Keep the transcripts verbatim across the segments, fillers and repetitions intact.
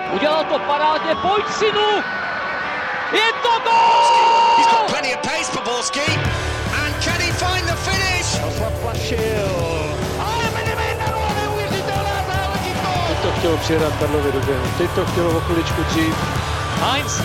Udělal to parádně, pojď synu! Je to gól! He's got plenty of pace for Borski. And can he find the finish? Zaplašil. Ale Benevento, neuvěřitelná záležitost! Teď to chtělo přijedat Karlově do běhu, teď to chtělo o chviličku dřív. Heinz.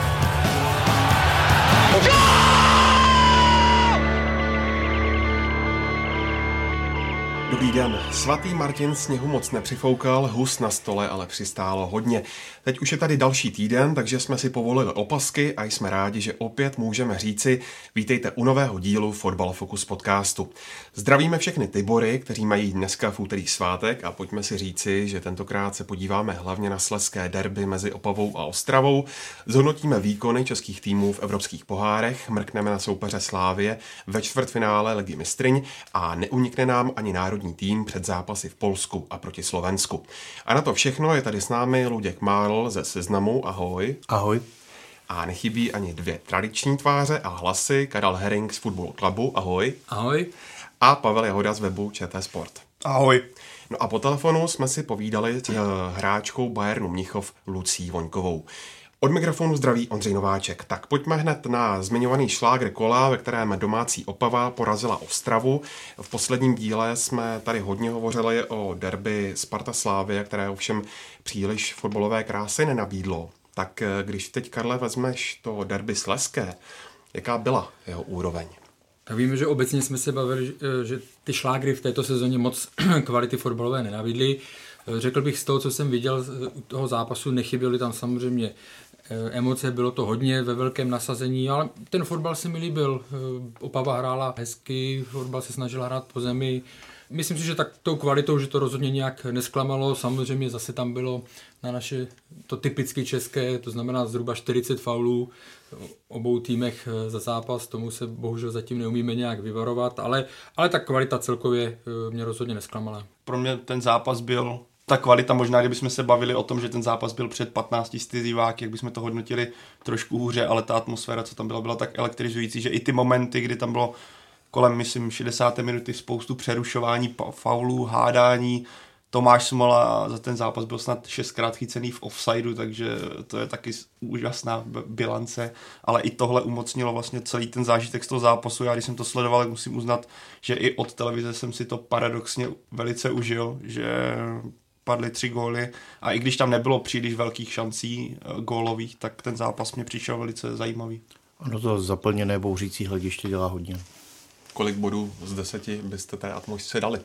Dobrý den. Svatý Martin sněhu moc nepřifoukal, hus na stole ale přistálo hodně. Teď už je tady další týden, takže jsme si povolili opasky a jsme rádi, že opět můžeme říci vítejte u nového dílu Fotbal Focus podcastu. Zdravíme všechny Tibory, kteří mají dneska v úterý svátek a pojďme si říci, že tentokrát se podíváme hlavně na slezské derby mezi Opavou a Ostravou, zhodnotíme výkony českých týmů v evropských pohárech, mrkneme na soupeře Slávie ve čtvrtfinále Ligy mistryň a neunikne nám ani národní tým před zápasy v Polsku a proti Slovensku. A na to všechno je tady s námi Luděk Márl ze Seznamu, ahoj. Ahoj. A nechybí ani dvě tradiční tváře a hlasy, Karel Herring z Football Clubu, ahoj. Ahoj. A Pavel Jahoda z webu ČT Sport. Ahoj. No a po telefonu jsme si povídali s hráčkou Bayernu Mnichov Lucí Voňkovou. Od mikrofonu zdraví Ondřej Nováček. Tak pojďme hned na zmiňovaný šlágr kola, ve kterém domácí Opava porazila Ostravu. V posledním díle jsme tady hodně hovořili o derby Sparta Slávie, které ovšem příliš fotbalové krásy nenabídlo. Tak když teď, Karle, vezmeš to derby slezské, jaká byla jeho úroveň? Tak víme, že obecně jsme se bavili, že ty šlágry v této sezóně moc kvality fotbalové nenabídly. Řekl bych z toho, co jsem viděl u toho zápasu, nechyběly tam samozřejmě emoce, bylo to hodně ve velkém nasazení, ale ten fotbal se mi líbil. Opava hrála hezky, fotbal se snažila hrát po zemi. Myslím si, že tak tou kvalitou, že to rozhodně nějak nesklamalo. Samozřejmě zase tam bylo na naše to typicky české, to znamená zhruba čtyřicet faulů obou týmech za zápas. Tomu se bohužel zatím neumíme nějak vyvarovat, ale, ale ta kvalita celkově mě rozhodně nesklamala. Pro mě ten zápas byl ta kvalita, možná kdybychom se bavili o tom, že ten zápas byl před patnácti sty diváky, jak bychom to hodnotili trošku hůře, ale ta atmosféra, co tam byla, byla tak elektrizující, že i ty momenty, kdy tam bylo kolem, myslím, šedesáté minuty spoustu přerušování, faulů, hádání. Tomáš Smola za ten zápas byl snad šestkrát chycený v offsideu, takže to je taky úžasná bilance, ale i tohle umocnilo vlastně celý ten zážitek z toho zápasu. Já když jsem to sledoval, tak musím uznat, že i od televize jsem si to paradoxně velice užil, že padly tři góly a i když tam nebylo příliš velkých šancí gólových, tak ten zápas mě přišel velice zajímavý. Ono to zaplněné bouřící hlediště dělá hodně. Kolik bodů z deseti byste té atmosféře dali?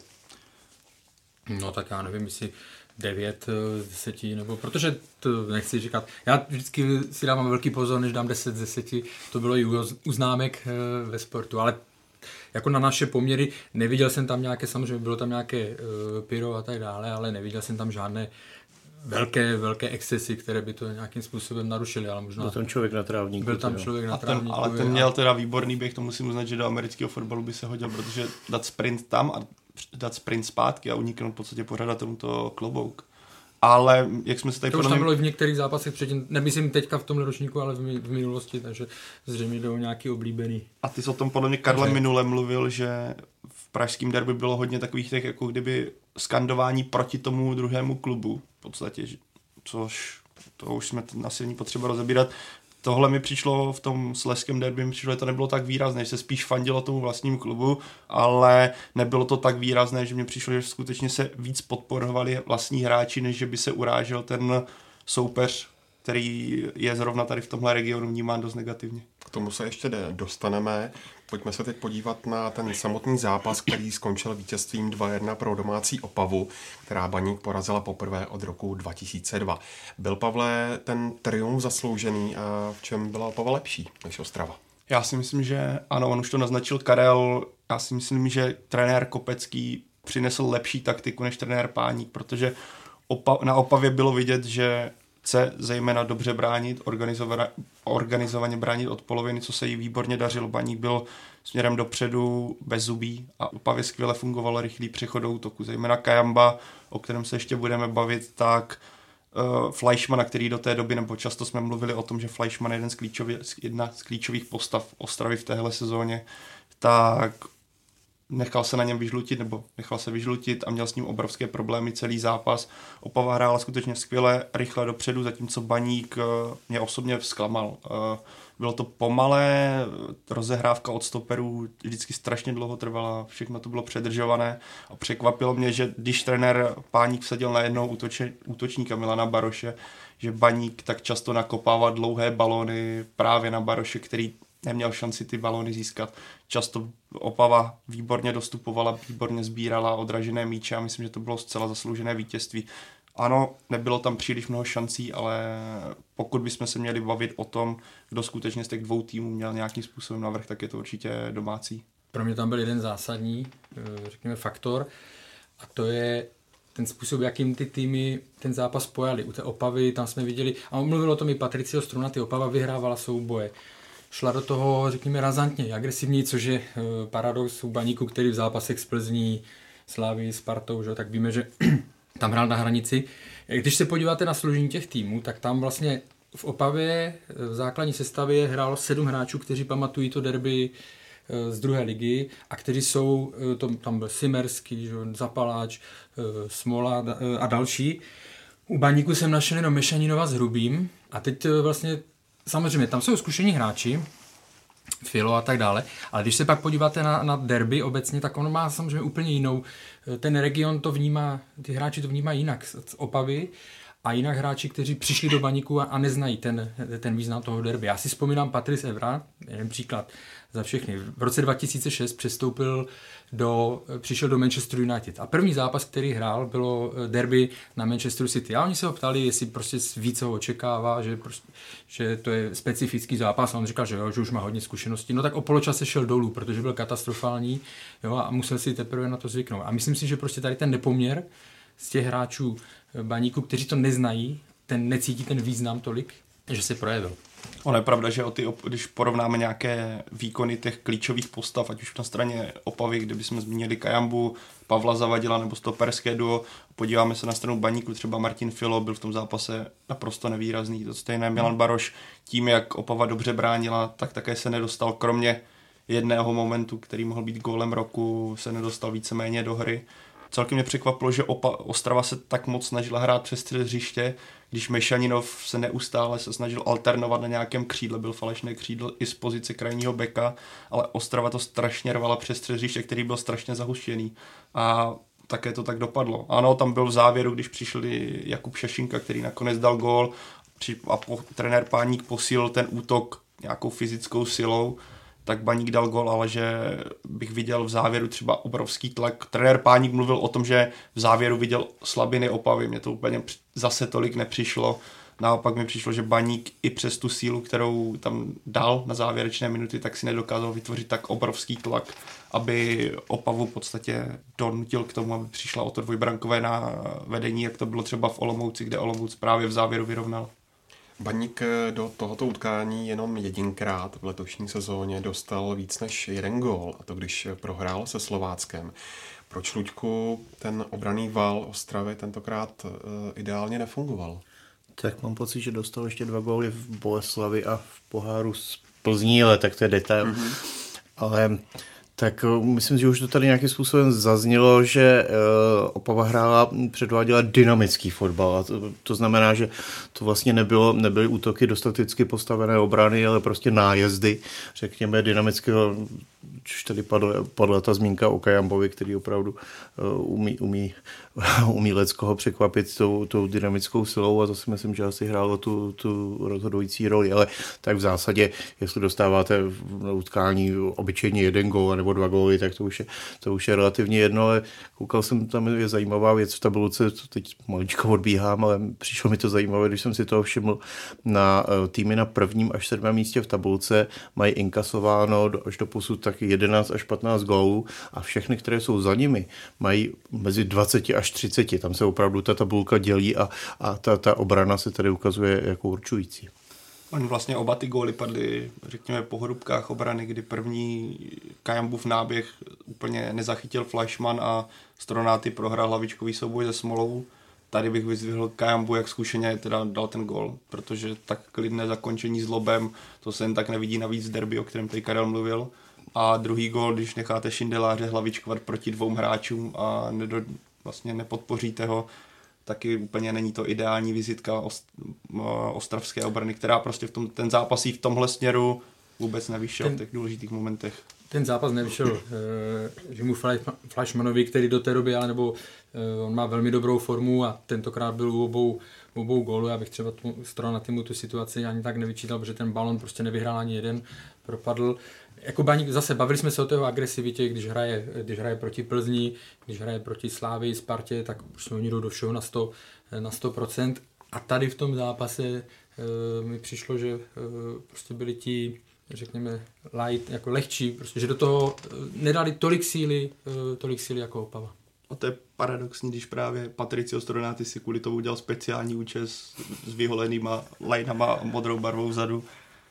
No tak já nevím, jestli devět z deseti, nebo protože to nechci říkat. Já vždycky si dávám velký pozor, než dám deset z deseti. To bylo i u známek ve sportu, ale jako na naše poměry neviděl jsem tam nějaké, samozřejmě bylo tam nějaké uh, pyro a tak dále, ale neviděl jsem tam žádné velké, velké excesy, které by to nějakým způsobem narušily, ale možná... Byl tam člověk na trávníku. Byl tam člověk na a ten, trávníku. Ale ten měl teda výborný běh, to musím uznat, že do amerického fotbalu by se hodil, protože dát sprint tam a dát sprint zpátky a uniknout v podstatě pořadatelům to klobouk. Ale jak jsme se tady... To už tam bylo i v některých zápasech předtím, nemyslím teďka v tomhle ročníku, ale v minulosti, takže zřejmě jde o nějaký oblíbený. A ty jsi o tom podle mě, Karle, minule mluvil, že v pražském derby bylo hodně takových těch, jako kdyby skandování proti tomu druhému klubu, v podstatě, což to už jsme asi není potřeba rozebírat. Tohle mi přišlo v tom slezském derby, mi přišlo, že to nebylo tak výrazné, že se spíš fandilo tomu vlastnímu klubu, ale nebylo to tak výrazné, že mi přišlo, že skutečně se víc podporovali vlastní hráči, než že by se urážel ten soupeř, který je zrovna tady v tomhle regionu vnímán dost negativně. K tomu se ještě dostaneme. Pojďme se teď podívat na ten samotný zápas, který skončil vítězstvím dva jedna pro domácí Opavu, která Baník porazila poprvé od roku dva tisíce dva. Byl, Pavle, ten triumf zasloužený a v čem byla Opava lepší než Ostrava? Já si myslím, že ano, on už to naznačil Karel. Já si myslím, že trenér Kopecký přinesl lepší taktiku než trenér Páník, protože opa- na Opavě bylo vidět, že chce zejména dobře bránit, organizovaně, organizovaně bránit od poloviny, co se jí výborně dařilo. Baník byl směrem dopředu bez zubí a Opavě skvěle fungovalo rychlý přechod do útoku. Zejména Kajamba, o kterém se ještě budeme bavit, tak uh, Fleischmana, který do té doby, nebo často jsme mluvili o tom, že Fleischmann je jeden z klíčový, jedna z klíčových postav Ostravy v téhle sezóně, tak nechal se na něm vyžlutit, nebo nechal se vyžlutit a měl s ním obrovské problémy celý zápas. Opava hrála skutečně skvěle, rychle dopředu, zatímco Baník mě osobně zklamal. Bylo to pomalé, rozehrávka od stoperů vždycky strašně dlouho trvala, všechno to bylo předržované a překvapilo mě, že když trenér Páník vsadil na jednoho útoče, útočníka Milana Baroše, že Baník tak často nakopává dlouhé balóny právě na Baroše, který neměl šanci ty balóny získat. Často Opava výborně dostupovala, výborně sbírala odražené míče a myslím, že to bylo zcela zasloužené vítězství. Ano, nebylo tam příliš mnoho šancí, ale pokud bychom se měli bavit o tom, kdo skutečně z těch dvou týmů měl nějakým způsobem navrch, tak je to určitě domácí. Pro mě tam byl jeden zásadní, řekněme, faktor a to je ten způsob, jakým ty týmy ten zápas pojali. U té Opavy tam jsme viděli, a mluvil o tom i Patricio Struna, ty Opava vyhrávala souboje. Šla do toho, řekněme, razantně, agresivněji, což je paradox u Baníku, který v zápasech s Plzní, Slaví, Spartou, že, tak víme, že tam hrál na hranici. Když se podíváte na složení těch týmů, tak tam vlastně v Opavě v základní sestavě hrálo sedm hráčů, kteří pamatují to derby z druhé ligy a kteří jsou, to, tam byl Simerský, že, Zapaláč, Smola a další. U Baníku jsem našel jenom Mešaninova s Hrubým a teď vlastně samozřejmě tam jsou zkušení hráči, Filo a tak dále, ale když se pak podíváte na, na derby obecně, tak on má samozřejmě úplně jinou, ten region to vnímá, ty hráči to vnímají jinak z Opavy a jinak hráči, kteří přišli do Baníku a, a neznají ten, ten význam toho derby. Já si vzpomínám Patrice Evra, jeden příklad za všechny. V roce dva tisíce šest přestoupil do, přišel do Manchester United a první zápas, který hrál, bylo derby na Manchesteru City. A oni se ho ptali, jestli prostě více ho očekává, že, prostě, že to je specifický zápas. A on říkal, že jo, že už má hodně zkušeností. No tak o poločase šel dolů, protože byl katastrofální, jo, a musel si teprve na to zvyknout. A myslím si, že prostě tady ten nepoměr z těch hráčů Baníku, kteří to neznají, ten necítí ten význam tolik, že se projevil. Ono je pravda, že o ty, když porovnáme nějaké výkony těch klíčových postav, ať už na straně Opavy, kde bychom zmínili Kajambu, Pavla Zavadila nebo stoperské duo, podíváme se na stranu Baníku, třeba Martin Filo byl v tom zápase naprosto nevýrazný. To stejné Milan Baroš, tím, jak Opava dobře bránila, tak také se nedostal, kromě jedného momentu, který mohl být gólem roku, se nedostal víceméně do hry. Celkem mě překvapilo, že Opa, Ostrava se tak moc snažila hrát přes střed hřiště, když Mešaninov se neustále se snažil alternovat na nějakém křídle, byl falešné křídlo i z pozice krajního beka, ale Ostrava to strašně rvala přes střed hřiště, který byl strašně zahuštěný. A také to tak dopadlo. Ano, tam byl v závěru, když přišli Jakub Šašinka, který nakonec dal gól a po, trenér Páník posílil ten útok nějakou fyzickou silou, tak Baník dal gol, ale že bych viděl v závěru třeba obrovský tlak. Trenér Páník mluvil o tom, že v závěru viděl slabiny Opavy, mně to úplně zase tolik nepřišlo. Naopak mi přišlo, že Baník i přes tu sílu, kterou tam dal na závěrečné minuty, tak si nedokázal vytvořit tak obrovský tlak, aby Opavu v podstatě donutil k tomu, aby přišla o to dvojbrankové na vedení, jak to bylo třeba v Olomouci, kde Olomouc právě v závěru vyrovnal. Baník do tohoto utkání jenom jedinkrát v letošní sezóně dostal víc než jeden gól, a to když prohrál se Slováckem. Proč, Luďku, ten obranný val Ostravy tentokrát uh, ideálně nefungoval? Tak mám pocit, že dostal ještě dva góly v Boleslavi a v poháru z Plzní, ale tak to je detail. Mm-hmm. Ale tak myslím, že už to tady nějakým způsobem zaznělo, že uh, Opava hrála, předváděla dynamický fotbal. A to, to znamená, že to vlastně nebylo, nebyly útoky dostatečně postavené obrany, ale prostě nájezdy, řekněme, dynamického. Už tady padla, padla ta zmínka o Kajambovi, který opravdu uh, umí, umí, umí leckoho překvapit tou, tou dynamickou silou a to si myslím, že asi hrálo tu, tu rozhodující roli. Ale tak v zásadě, jestli dostáváte na utkání obyčejně jeden gól nebo dva góly, tak to už, je, to už je relativně jedno, ale koukal jsem, tam je zajímavá věc v tabulce, teď maličko odbíhám, ale přišlo mi to zajímavé, když jsem si toho všiml, na týmy na prvním až sedmém místě v tabulce mají inkasováno až do posud taky jedenáct až patnáct gólů a všechny, které jsou za nimi, mají mezi dvacet až třicet. Tam se opravdu ta tabulka dělí a, a ta, ta obrana se tady ukazuje jako určující. On vlastně oba ty góly padly, řekněme, po hrubkách obrany, kdy první Kajambův náběh úplně nezachytil Fleischmann a Stronáty prohrál hlavičkový souboj se Smolou. Tady bych vyzvihl Kajambu, jak zkušeně teda dal ten gól, protože tak klidné zakončení s lobem, to se jen tak nevidí, navíc derby, o kterém tady Karel mluvil. a druhý gól, když necháte Šindeláře hlavičkovat proti dvou hráčům a nedo, vlastně nepodpoříte ho, taky úplně není to ideální vizitka ost, ostravské obrany, která prostě v tom, ten zápas jí v tomhle směru vůbec nevyšel ten, v těch důležitých momentech. Ten zápas nevyšel že mu Fleischmannovi, který do té doby, ale nebo on má velmi dobrou formu a tentokrát byl u obou, u obou gólů. Já bych třeba strana týmu tu situaci ani tak nevyčítal, protože ten balon prostě nevyhrál ani jeden, propadl. Jako Baník, zase bavili jsme se o té agresivitě, když hraje, když hraje proti Plzni, když hraje proti Slávii, Spartě, tak prostě oni jdou do všeho na sto, na sto procent. A tady v tom zápase e, mi přišlo, že e, prostě byli ti, řekněme, light, jako lehčí, prostě, že do toho nedali tolik síly, e, tolik síly jako Opava. A to je paradoxní, když právě Patricio Stronáty si kvůli tomu udělal speciální účes s vyholenýma lineama a modrou barvou vzadu.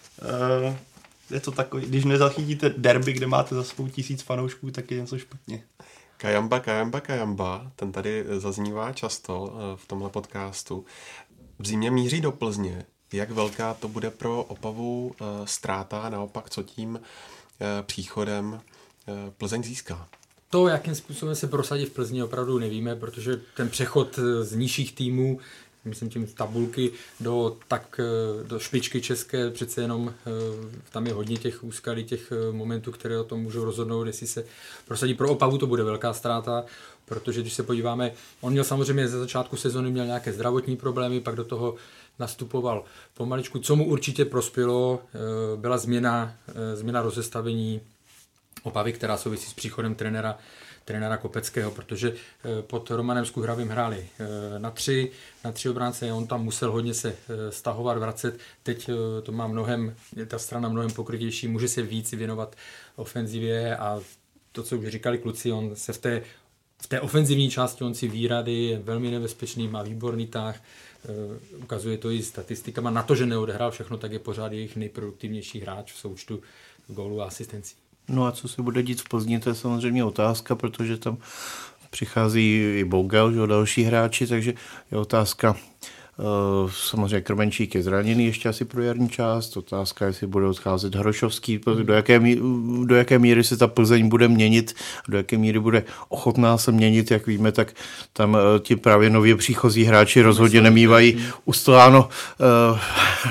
E, je to takový, když nezachytíte derby, kde máte za svou tisíc fanoušků, tak je něco špatně. Kajamba, Kajamba, Kajamba, ten tady zaznívá často v tomhle podcastu. V zimě míří do Plzně. Jak velká to bude pro Opavu ztráta, naopak co tím příchodem Plzeň získá? To, jakým způsobem se prosadí v Plzni, opravdu nevíme, protože ten přechod z nižších týmů, myslím tím z tabulky, do, tak, do špičky české, přece jenom tam je hodně těch úskalí, těch momentů, které o tom můžou rozhodnout, jestli se prosadí. Pro Opavu to bude velká ztráta, protože když se podíváme, on měl samozřejmě ze začátku sezony měl nějaké zdravotní problémy, pak do toho nastupoval pomaličku. Co mu určitě prospělo, byla změna, změna rozestavení Opavy, která souvisí s příchodem trenéra, trenéra Kopeckého, protože pod Romanem Skuhravým hráli na tři, na tři obránce, on tam musel hodně se stahovat, vracet. Teď to má mnohem, je ta strana mnohem pokrytější, může se víc věnovat ofenzivě a to, co už říkali kluci, on se v té, v té ofenzivní části, on si ví rady, je velmi nebezpečný, má výborný tah, ukazuje to i statistikama. Na to, že neodehrál všechno, tak je pořád jejich nejproduktivnější hráč v součtu gólů a asistencí. No a co se bude dít v Plzni, to je samozřejmě otázka, protože tam přichází i Bogal, že další hráči, takže je otázka, uh, samozřejmě Krmenčík je zraněný ještě asi pro jarní část, otázka, jestli bude odcházet Hrošovský, do jaké, mí- do jaké míry se ta Plzeň bude měnit, do jaké míry bude ochotná se měnit, jak víme, tak tam uh, ti právě nově příchozí hráči rozhodně nemývají ustláno. Uh,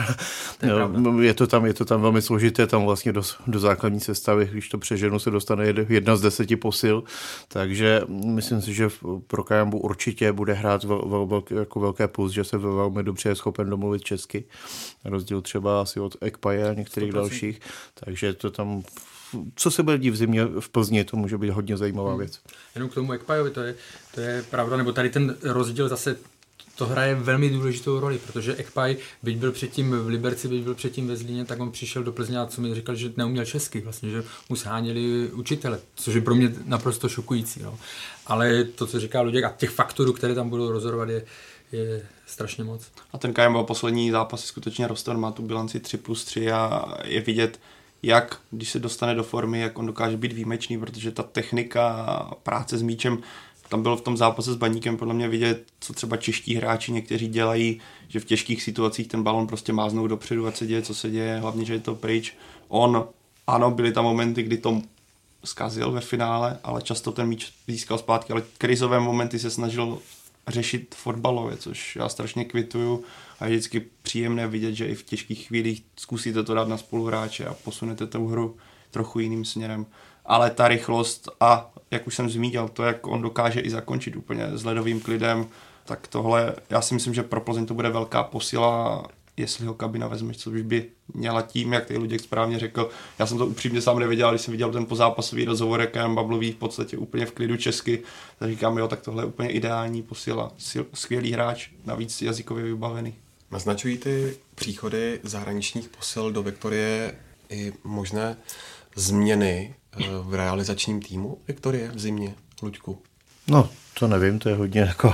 Je, je, to tam, je to tam velmi složité, tam vlastně do, do základní sestavy, když to přeženu, se dostane jedna z deseti posil, takže myslím si, že pro Kajambu určitě bude hrát vel, vel, vel, jako velké plus, že se velmi dobře je schopen domluvit česky, na rozdíl třeba asi od Ekpaje a některých sto procent dalších, takže to tam, co se bude dít v zimě v Plzni, to může být hodně zajímavá hmm. věc. Jenom k tomu Ekpajovi, to je, to je pravda, nebo tady ten rozdíl zase to hraje velmi důležitou roli, protože Ekpaj, byť byl předtím v Liberci, byť byl předtím ve Zlíně, tak on přišel do Plzně a co mi říkal, že neuměl česky, vlastně, že mu sháněli učitele, což je pro mě naprosto šokující. No. Ale to, co říká Luděk, a těch faktorů, které tam budou rozhodovat, je, je strašně moc. A ten Kajamba poslední zápas skutečně roste, on má tu bilanci tři plus tři a je vidět, jak, když se dostane do formy, jak on dokáže být výjimečný, protože ta technika a práce s míčem, tam bylo v tom zápase s Baníkem podle mě vidět, co třeba čeští hráči někteří dělají, že v těžkých situacích ten balon prostě máznou dopředu, ať se děje, co se děje, hlavně, že je to pryč. On, ano, byly tam momenty, kdy to zkazil ve finále, ale často ten míč získal zpátky, ale krizové momenty se snažil řešit fotbalově, což já strašně kvituju a je vždycky příjemné vidět, že i v těžkých chvílích zkusíte to dát na spoluhráče a posunete tu hru trochu jiným směrem. Ale ta rychlost a, jak už jsem zmínil, to, jak on dokáže i zakončit úplně s ledovým klidem, tak tohle, já si myslím, že pro Plzeň to bude velká posila, jestli ho kabina vezme, co už by měla tím, jak tady Luděk správně řekl. Já jsem to upřímně sám nevěděl, když jsem viděl ten pozápasový rozhovor, jak Kajamba mluví v podstatě úplně v klidu česky, tak říkám, jo, tak tohle je úplně ideální posila. Skvělý hráč, navíc jazykově vybavený. Naznačují ty příchody zahraničních posil do Viktorie i možné změny v realizačním týmu Viktorie v zimě, Luďku? No, to nevím, to je hodně jako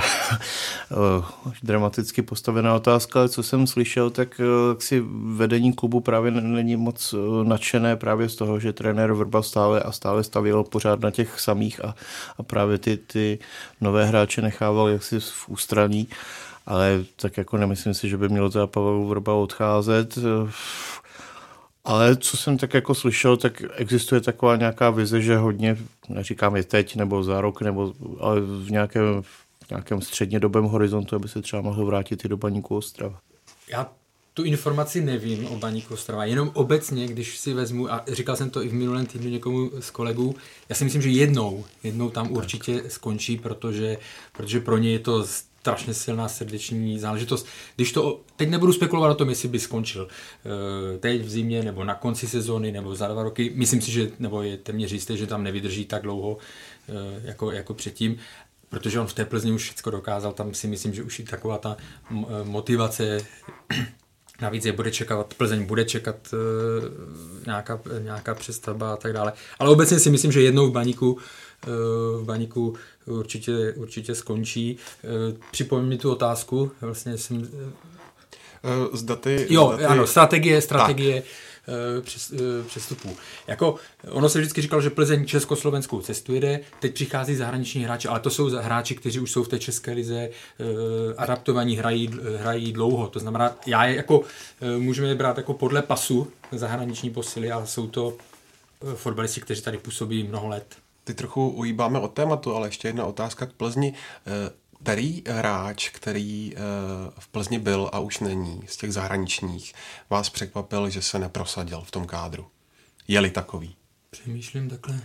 dramaticky postavená otázka, ale co jsem slyšel, tak si vedení klubu právě není moc nadšené právě z toho, že trenér Vrba stále a stále stavěl pořád na těch samých a, a právě ty, ty nové hráče nechával jaksi v ústraní, ale tak jako nemyslím si, že by mělo teda Pavel Vrba odcházet. Ale co jsem tak jako slyšel, tak existuje taková nějaká vize, že hodně, neříkám je teď, nebo za rok, nebo ale v nějakém, v nějakém střednědobém horizontu, aby se třeba mohl vrátit i do Baníku Ostrava. Já tu informaci nevím o Baníku Ostrava, jenom obecně, když si vezmu, a říkal jsem to i v minulém týdnu někomu z kolegů, já si myslím, že jednou, jednou tam tak. určitě skončí, protože, protože pro ně je to strašně silná srdeční záležitost. Když to, teď nebudu spekulovat o tom, jestli by skončil teď v zimě, nebo na konci sezóny, nebo za dva roky, myslím si, že, nebo je téměř jisté, že tam nevydrží tak dlouho jako, jako předtím, protože on v té Plzni už všechno dokázal, tam si myslím, že už i taková ta motivace, navíc je bude čekat, Plzeň bude čekat uh, nějaká, nějaká přestavba a tak dále. Ale obecně si myslím, že jednou v Baníku, uh, v Baníku určitě, určitě skončí. Uh, Připomeň mi tu otázku. Vlastně jsem... Uh, zda ty... Jo, zda ty... ano, strategie, strategie. Tak. Přes, přestupů. Jako, ono se vždycky říkalo, že Plzeň Československou cestu jede, teď přichází zahraniční hráči, ale to jsou hráči, kteří už jsou v té české lize uh, adaptovaní, hrají, hrají dlouho. To znamená, já je jako, uh, můžeme je brát jako podle pasu zahraniční posily, ale jsou to uh, fotbalisti, kteří tady působí mnoho let. Ty trochu ujíbáme od tématu, ale ještě jedna otázka k Plzni. Uh, Který hráč, který v Plzni byl a už není, z těch zahraničních, vás překvapil, že se neprosadil v tom kádru? Je-li takový? Přemýšlím takhle.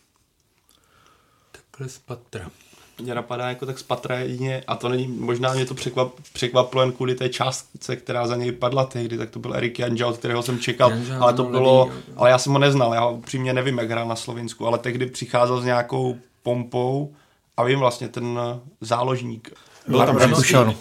Takhle z patra. Mě napadá jako tak z patra jedině, a to není, možná mě to překvap, překvapilo jen kvůli té částce, která za něj padla tehdy, tak to byl Erik Janža, od kterého jsem čekal, Janža, ale to no, bylo, levý, ale já jsem ho neznal, já upřímně nevím, jak hrál na Slovinsku, ale tehdy přicházel s nějakou pompou. A vím vlastně ten záložník. Byl tam Rakušan.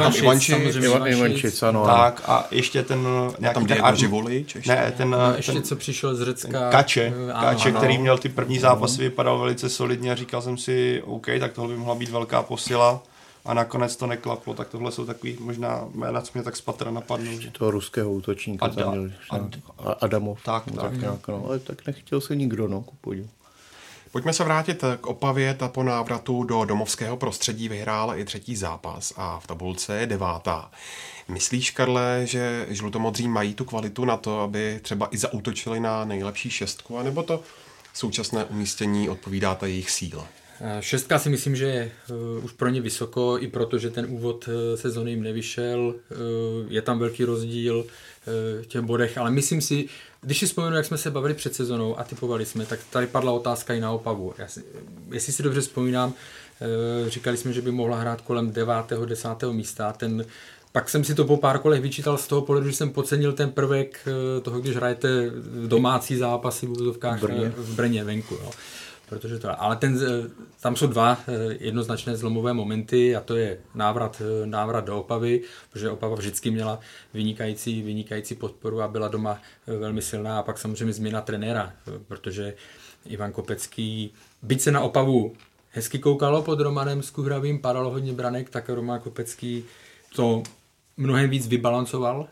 Ivančič, ano. Tak a ještě ten nějaký tam ten Arživulič, ještě. Ne, ten, no, ještě ten, co přišel z Řecka. Kače, Kače ano, který ano. měl ty první zápasy, vypadal velice solidně a říkal jsem si, OK, tak tohle by mohla být velká posila. A nakonec to neklaplo, tak tohle jsou takový možná jména, co mě tak z patra napadnou. Že... Toho ruského útočníka Ada, tam měl, Ad... Adamov. Tak, no, tak. tak nějak, no, ale tak nechtěl se nikdo, no, ku podivu. Pojďme se vrátit k Opavě, ta po návratu do domovského prostředí vyhrála i třetí zápas a v tabulce je devátá. Myslíš, Karle, že žlutomodří mají tu kvalitu na to, aby třeba i zaútočili na nejlepší šestku, anebo to současné umístění odpovídá ta jejich síle? Šestka si myslím, že je uh, už pro ně vysoko, i protože ten úvod uh, sezóny jim nevyšel, uh, je tam velký rozdíl uh, v těch bodech, ale myslím si, když si vzpomenu, jak jsme se bavili před sezónou a typovali jsme, tak tady padla otázka i na Opavu. Já si, jestli si dobře vzpomínám, uh, říkali jsme, že by mohla hrát kolem devátého, desátého místa, ten pak jsem si to po pár kolech vyčítal z toho pohledu, že jsem podcenil ten prvek uh, toho, když hrajete domácí zápasy v úzovkách v Brně, v Brně venku. Jo. Protože to, ale ten, tam jsou dva jednoznačné zlomové momenty a to je návrat, návrat do Opavy, protože Opava vždycky měla vynikající, vynikající podporu a byla doma velmi silná a pak samozřejmě změna trenéra, protože Ivan Kopecký, byť se na Opavu hezky koukalo pod Romanem Skuhravým, padalo hodně branek, tak Roman Kopecký to mnohem víc vybalancoval.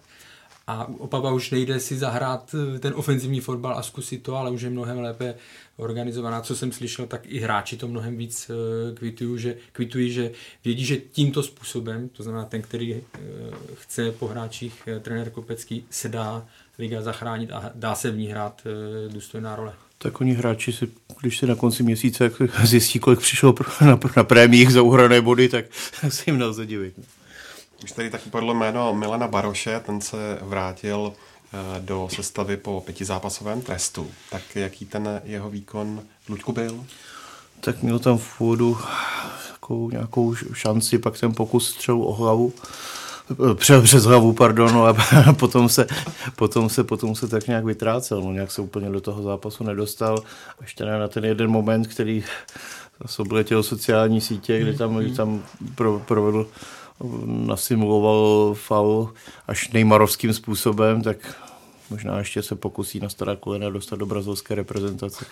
A Opava už nejde si zahrát ten ofenzivní fotbal a zkusit to, ale už je mnohem lépe organizovaná. Co jsem slyšel, tak i hráči to mnohem víc kvitují, že, kvitují, že vědí, že tímto způsobem, to znamená ten, který chce po hráčích trenér Kopecký, se dá liga zachránit a dá se v ní hrát důstojná role. Tak oni hráči, si, když si na konci měsíce zjistí, kolik přišlo na, na prémiích za uhrané body, tak se jim nelze divit. Už tady taky padlo jméno Milana Baroše, ten se vrátil do sestavy po pětizápasovém trestu. Tak jaký ten jeho výkon, Luďku, byl? Tak měl tam v úvodu takovou nějakou šanci, pak ten pokus střelu o hlavu, přes, přes hlavu, pardon, no, a potom se, potom, se, potom se tak nějak vytrácel, no, nějak se úplně do toho zápasu nedostal, až teda na ten jeden moment, který zase obletěl sociální sítě, kde tam, kde tam pro, provedl nasimuloval faul až nejmarovským způsobem, tak možná ještě se pokusí na stará kolena dostat do brazilské reprezentace.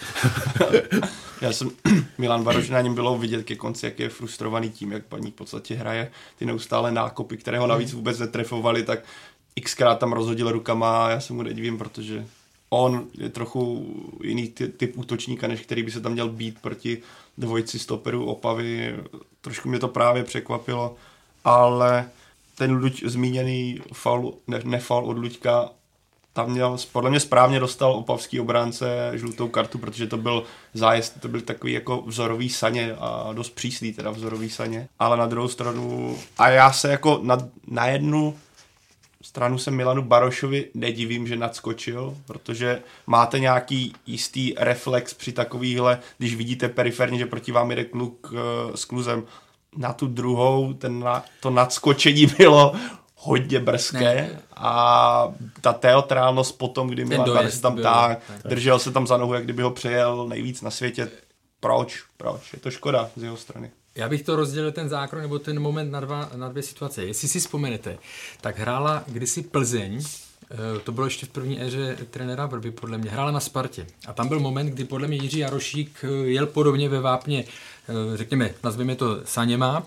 Já jsem, Milan Baroš, na něm bylo vidět ke konci, jak je frustrovaný tím, jak paní v podstatě hraje ty neustále nákopy, které ho navíc vůbec netrefovaly, tak xkrát tam rozhodil rukama a já se mu nedivím, protože on je trochu jiný typ útočníka, než který by se tam měl být proti dvojici stoperů Opavy. Trošku mě to právě překvapilo, ale ten Luď, zmíněný faul, ne, nefaul od Luďka tam měl, podle mě správně dostal opavský obránce žlutou kartu, protože to byl zájezd, to byl takový jako vzorový saně a dost přísný teda vzorový saně, ale na druhou stranu, a já se jako na, na jednu stranu se Milanu Barošovi nedivím, že nadskočil, protože máte nějaký jistý reflex při takovýhle, když vidíte periferně, že proti vám jede kluk uh, s kluzem. Na tu druhou ten na, to nadskočení bylo hodně brzké ne. A ta teatrálnost potom, kdy Milan Baroš se tam tak, držel se tam za nohu, jak kdyby ho přejel nejvíc na světě. Proč? Proč? Je to škoda z jeho strany. Já bych to rozdělil ten zákrok nebo ten moment na, dva, na dvě situace. Jestli si vzpomenete, tak hrála kdysi Plzeň, to bylo ještě v první éře trenéra Vrby, podle mě, hrála na Spartě. A tam byl moment, kdy podle mě Jiří Jarošík jel podobně ve vápně, řekněme, nazveme to Saněma.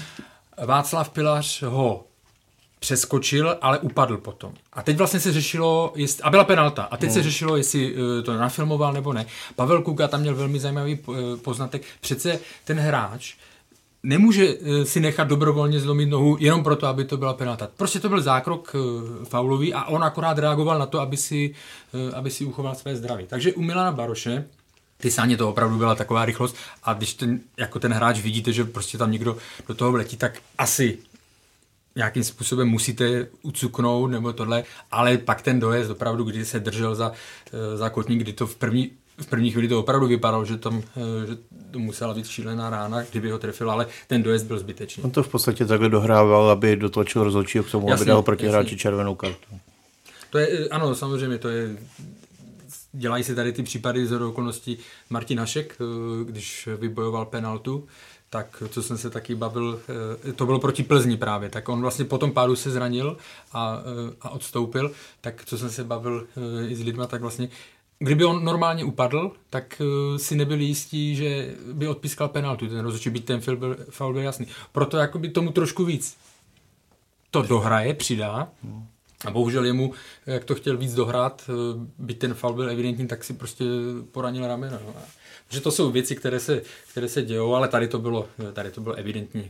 Václav Pilař ho přeskočil, ale upadl potom. A teď vlastně se řešilo, jestli, a byla penalta, a teď no. se řešilo, jestli to nafilmoval nebo ne. Pavel Kuka tam měl velmi zajímavý poznatek. Přece ten hráč nemůže si nechat dobrovolně zlomit nohu jenom proto, aby to byla penalta. Prostě to byl zákrok faulový a on akorát reagoval na to, aby si, aby si uchoval své zdraví. Takže u Milana Baroše ty sáně to opravdu byla taková rychlost a když ten, jako ten hráč vidíte, že prostě tam někdo do toho vletí, tak asi nějakým způsobem musíte ucuknout nebo tohle, ale pak ten dojezd opravdu, kdy se držel za, za kotník, kdy to v první V první chvíli to opravdu vypadalo, že tam že to musela být šílená rána, kdyby ho trefil, ale ten dojezd byl zbytečný. On to v podstatě takhle dohrával, aby dotlačil rozhodčího k tomu, jasný, aby dal proti hráči červenou kartu. To je, ano, samozřejmě, to je, dělají se tady ty případy z okolností. Martin Hašek, když vybojoval penaltu, tak co jsem se taky bavil, to bylo proti Plzni právě, tak on vlastně po tom pádu se zranil a, a odstoupil, tak co jsem se bavil i s lidma, tak vlastně kdyby on normálně upadl, tak uh, si nebyli jistí, že by odpískal penaltu, ten rozhodčí, byť ten faul byl, faul byl jasný. Proto jakoby tomu trošku víc to dohraje, přidá a bohužel jemu, jak to chtěl víc dohrát, byť ten faul byl evidentní, tak si prostě poranil rameno. No. Že to jsou věci, které se, které se dějou, ale tady to bylo, tady to bylo evidentní.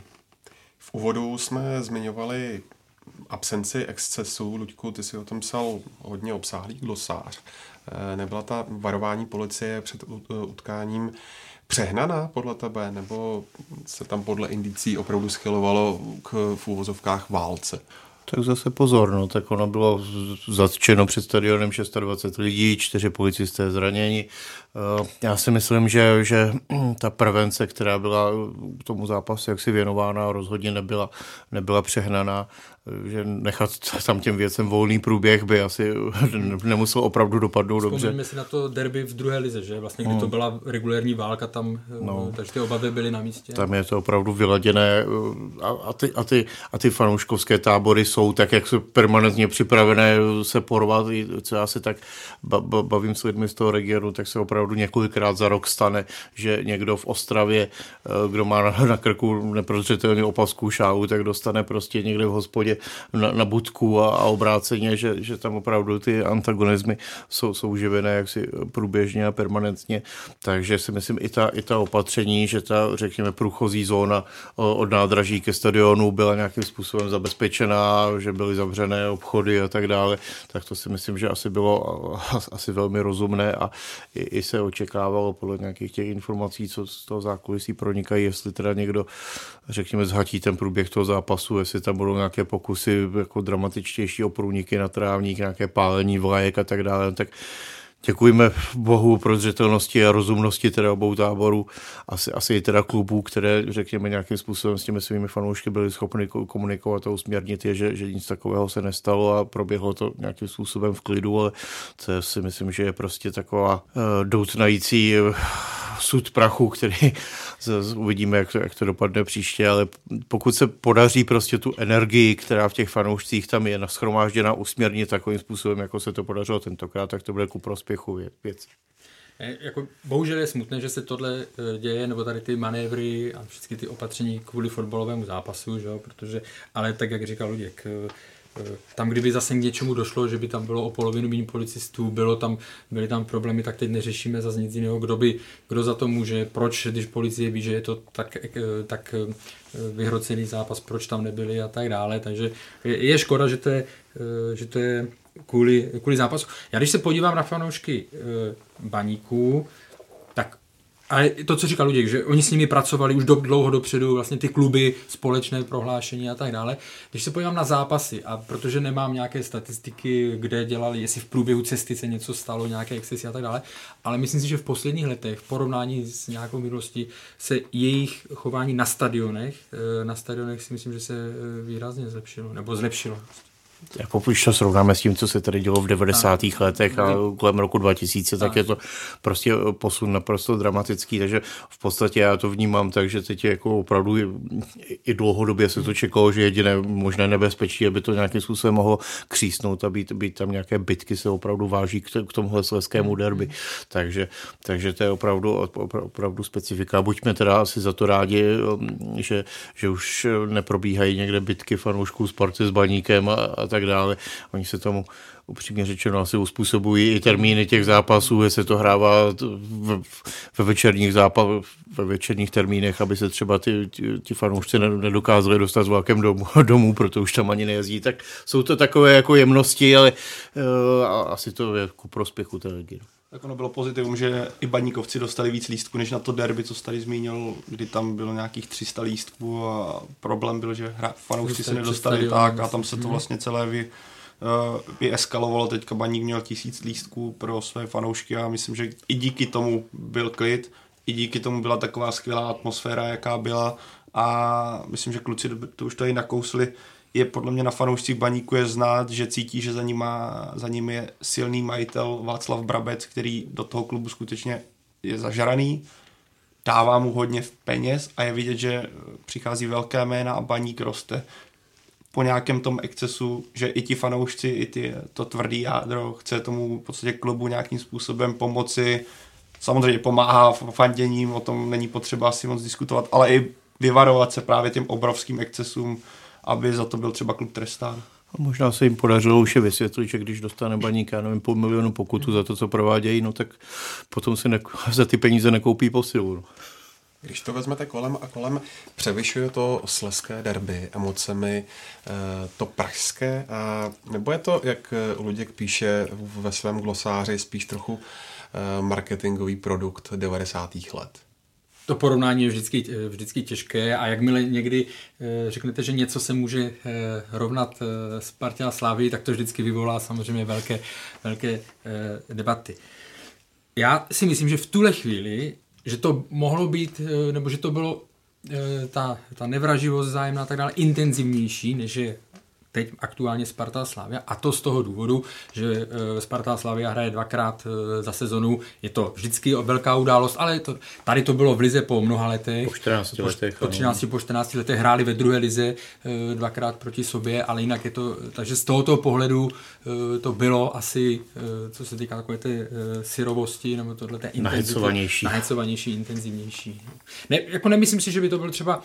V úvodu jsme zmiňovali absenci excesů. Luďku, ty si o tom psal hodně obsáhlý glosář. Nebyla ta varování policie před utkáním přehnaná podle tebe, nebo se tam podle indicí opravdu schylovalo k v úvozovkách válce? Tak zase pozor, no, tak ono bylo zatčeno před stadionem dvacet šest lidí, čtyři policisté zraněni. Já si myslím, že, že ta prevence, která byla k tomu zápasu jaksi věnována, rozhodně nebyla, nebyla přehnaná, že nechat tam těm věcem volný průběh by asi nemusel opravdu dopadnout dobře. Vzpomeňme si na to derby v druhé lize, že vlastně, kdy to byla regulérní válka tam, no, takže ty obavy byly na místě. Tam je to opravdu vyladěné a, a, ty, a, ty, a ty fanouškovské tábory jsou tak, jak jsou permanentně připravené se porvat, co já se tak bavím s lidmi z toho regionu, tak se opravdu několikrát za rok stane, že někdo v Ostravě, kdo má na, na krku neprozřetelně opaskou šálu, tak dostane prostě někde v hospodě na, na budku a, a obráceně, že, že tam opravdu ty antagonizmy jsou, jsou živené jaksi průběžně a permanentně. Takže si myslím i ta, i ta opatření, že ta, řekněme, průchozí zóna od nádraží ke stadionu byla nějakým způsobem zabezpečená, že byly zavřené obchody a tak dále, tak to si myslím, že asi bylo asi velmi rozumné a i, i se očekávalo podle nějakých těch informací, co z toho zákulisí pronikají, jestli teda někdo, řekněme, zhatí ten průběh toho zápasu, jestli tam budou nějaké pokusy jako dramatičtější o průniky na trávník, nějaké pálení vlajek a tak dále, tak děkujeme Bohu pro zřetelnosti a rozumnosti teda obou táborů, asi, asi i teda klubů, které, řekněme, nějakým způsobem s těmi svými fanoušky byli schopni komunikovat a usměrnit je, že, že nic takového se nestalo a proběhlo to nějakým způsobem v klidu, ale to si myslím, že je prostě taková uh, doutnající uh, sud prachu, který z, uvidíme, jak to, jak to dopadne příště, ale pokud se podaří prostě tu energii, která v těch fanoušcích tam je nashromážděna, usměrnit takovým způsobem, jako se to podařilo tentokrát, tak to bude ku prospěchu věc. Jako, bohužel je smutné, že se tohle děje, nebo tady ty manévry a všechny ty opatření kvůli fotbalovému zápasu, že jo? Protože, ale tak, jak říkal Luděk, tam kdyby zase k něčemu došlo, že by tam bylo o polovinu méně policistů, bylo tam, byly tam problémy, tak teď neřešíme zase nic jiného, kdo, by, kdo za to může, proč, když policie ví, že je to tak, tak vyhrocený zápas, proč tam nebyli a tak dále, takže je, je škoda, že to je, že to je kvůli, kvůli zápasu. Já když se podívám na fanoušky Baníků, tak ale to, co říkal Luděk, že oni s nimi pracovali už do, dlouho dopředu, vlastně ty kluby, společné prohlášení a tak dále. Když se podívám na zápasy, a protože nemám nějaké statistiky, kde dělali, jestli v průběhu cesty se něco stalo, nějaké excesy a tak dále, ale myslím si, že v posledních letech v porovnání s nějakou minulostí se jejich chování na stadionech, na stadionech si myslím, že se výrazně zlepšilo, nebo zlepšilo. Jako když to srovnáme s tím, co se tady dělo v devadesátých letech a kolem roku dva tisíce, tak je to prostě posun naprosto dramatický, takže v podstatě já to vnímám tak, že teď je jako opravdu i dlouhodobě se to čekalo, že jediné možné nebezpečí, aby to nějakým způsobem mohlo křísnout a být, být tam nějaké bitky se opravdu váží k tomuhle slezskému derby. Takže, takže to je opravdu, opravdu specifika. Buďme teda asi za to rádi, že, že už neprobíhají někde bitky fanoušků Sparty s Baníkem a, a tak dále. Oni se tomu upřímně řečeno asi uspůsobují i termíny těch zápasů, že se to hrává ve večerních zápas, ve večerních termínech, aby se třeba ty, ty, ty fanoušci nedokázali dostat s vlakem domů, domů, proto už tam ani nejezdí. Tak jsou to takové jako jemnosti, ale uh, asi to je ku prospěchu té ligy. Tak ono bylo pozitivum, že i Baníkovci dostali víc lístků, než na to derby, co jsi tady zmínil, kdy tam bylo nějakých tři sta lístků a problém byl, že hra, fanoušci se nedostali tak a tam se to vlastně celé vy, uh, vyeskalovalo. Teďka Baník měl tisíc lístků pro své fanoušky a myslím, že i díky tomu byl klid, i díky tomu byla taková skvělá atmosféra, jaká byla a myslím, že kluci to už tady nakousli. Je podle mě na fanoušcích Baníku je znát, že cítí, že za ním, má, za ním je silný majitel Václav Brabec, který do toho klubu skutečně je zažraný, dává mu hodně peněz a je vidět, že přichází velké jména a Baník roste. Po nějakém tom excesu, že i ti fanoušci, i ty, to tvrdý jádro chce tomu v podstatě klubu nějakým způsobem pomoci. Samozřejmě pomáhá fanděním, o tom není potřeba asi moc diskutovat, ale i vyvarovat se právě těm obrovským excesům, aby za to byl třeba klub trestán. A možná se jim podařilo už je vysvětlit, že když dostane Baník, já nevím, půl milionu pokutu za to, co provádějí, no tak potom si ne, za ty peníze nekoupí posilu. No. Když to vezmete kolem a kolem, převyšuje to slezské derby emocemi to pražské, a nebo je to, jak Luděk píše ve svém glosáři, spíš trochu marketingový produkt devadesátých let? To porovnání je vždycky, vždycky těžké a jakmile někdy řeknete, že něco se může rovnat Spartě a Slavii, tak to vždycky vyvolá samozřejmě velké, velké debaty. Já si myslím, že v tuhle chvíli, že to mohlo být, nebo že to bylo ta, ta nevraživost zájemná a tak dále intenzivnější, než je teď aktuálně Sparta a Slavia, a to z toho důvodu, že Sparta a Slavia hraje dvakrát za sezonu, je to vždycky velká událost, ale to, tady to bylo v lize po mnoha letech. Po čtrnácti letech. Po třinácti, po čtrnácti letech hráli ve druhé lize dvakrát proti sobě, ale jinak je to, takže z tohoto pohledu to bylo asi, co se týká takové té syrovosti, nebo tohle té intenzity. Nahecovanější. Nahecovanější, intenzivnější. Ne, jako nemyslím si, že by to byl třeba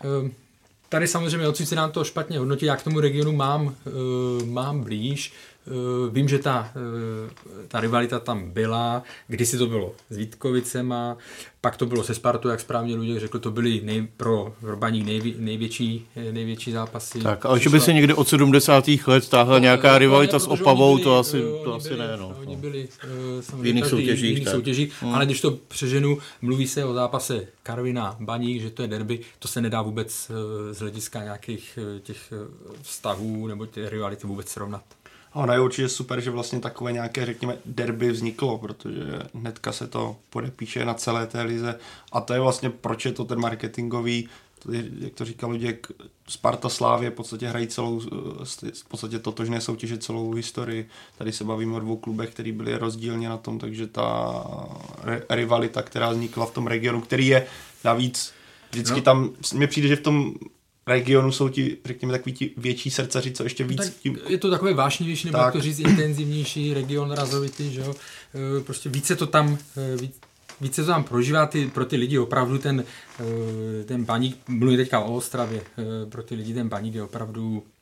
tady samozřejmě odsud se nám to špatně hodnotí, já k tomu regionu mám, uh, mám blíž. Uh, vím, že ta, uh, ta rivalita tam byla, kdysi to bylo s Vítkovicema, pak to bylo se Spartou, jak správně Luděk řekl, to byly nej, pro Baník nejvě, největší, největší zápasy. Tak, ale že by se někde od sedmdesátých let táhla nějaká to, rivalita ne, s Opavou, byli, to asi, to asi byli, ne. No. Oni byli uh, v jiných soutěžích, jiných soutěžích hmm. ale když to přeženu, mluví se o zápase Karviná, Baník, že to je derby, to se nedá vůbec uh, z hlediska nějakých uh, těch vztahů nebo těch rivality vůbec srovnat. Ono je určitě super, že vlastně takové nějaké, řekněme, derby vzniklo, protože hnedka se to podepíše na celé té lize a to je vlastně, proč je to ten marketingový, to je, jak to říkal Luděk, Sparta, Slavie v podstatě hrají celou, v podstatě totožné soutěže celou historii. Tady se bavíme o dvou klubech, který byly rozdílně na tom, takže ta rivalita, která vznikla v tom regionu, který je navíc vždycky no. tam, mně přijde, že v tom regionu jsou ti, řekněme, takový ti větší srdcaři, co ještě víc... Tím... Je to takové vášnivější, nebo tak. to říct, intenzivnější region razovitý, že jo? Prostě více to tam, víc, více to tam prožívá ty, pro ty lidi opravdu ten, ten Baník, mluvím teďka o Ostravě, pro ty lidi ten Baník je opravdu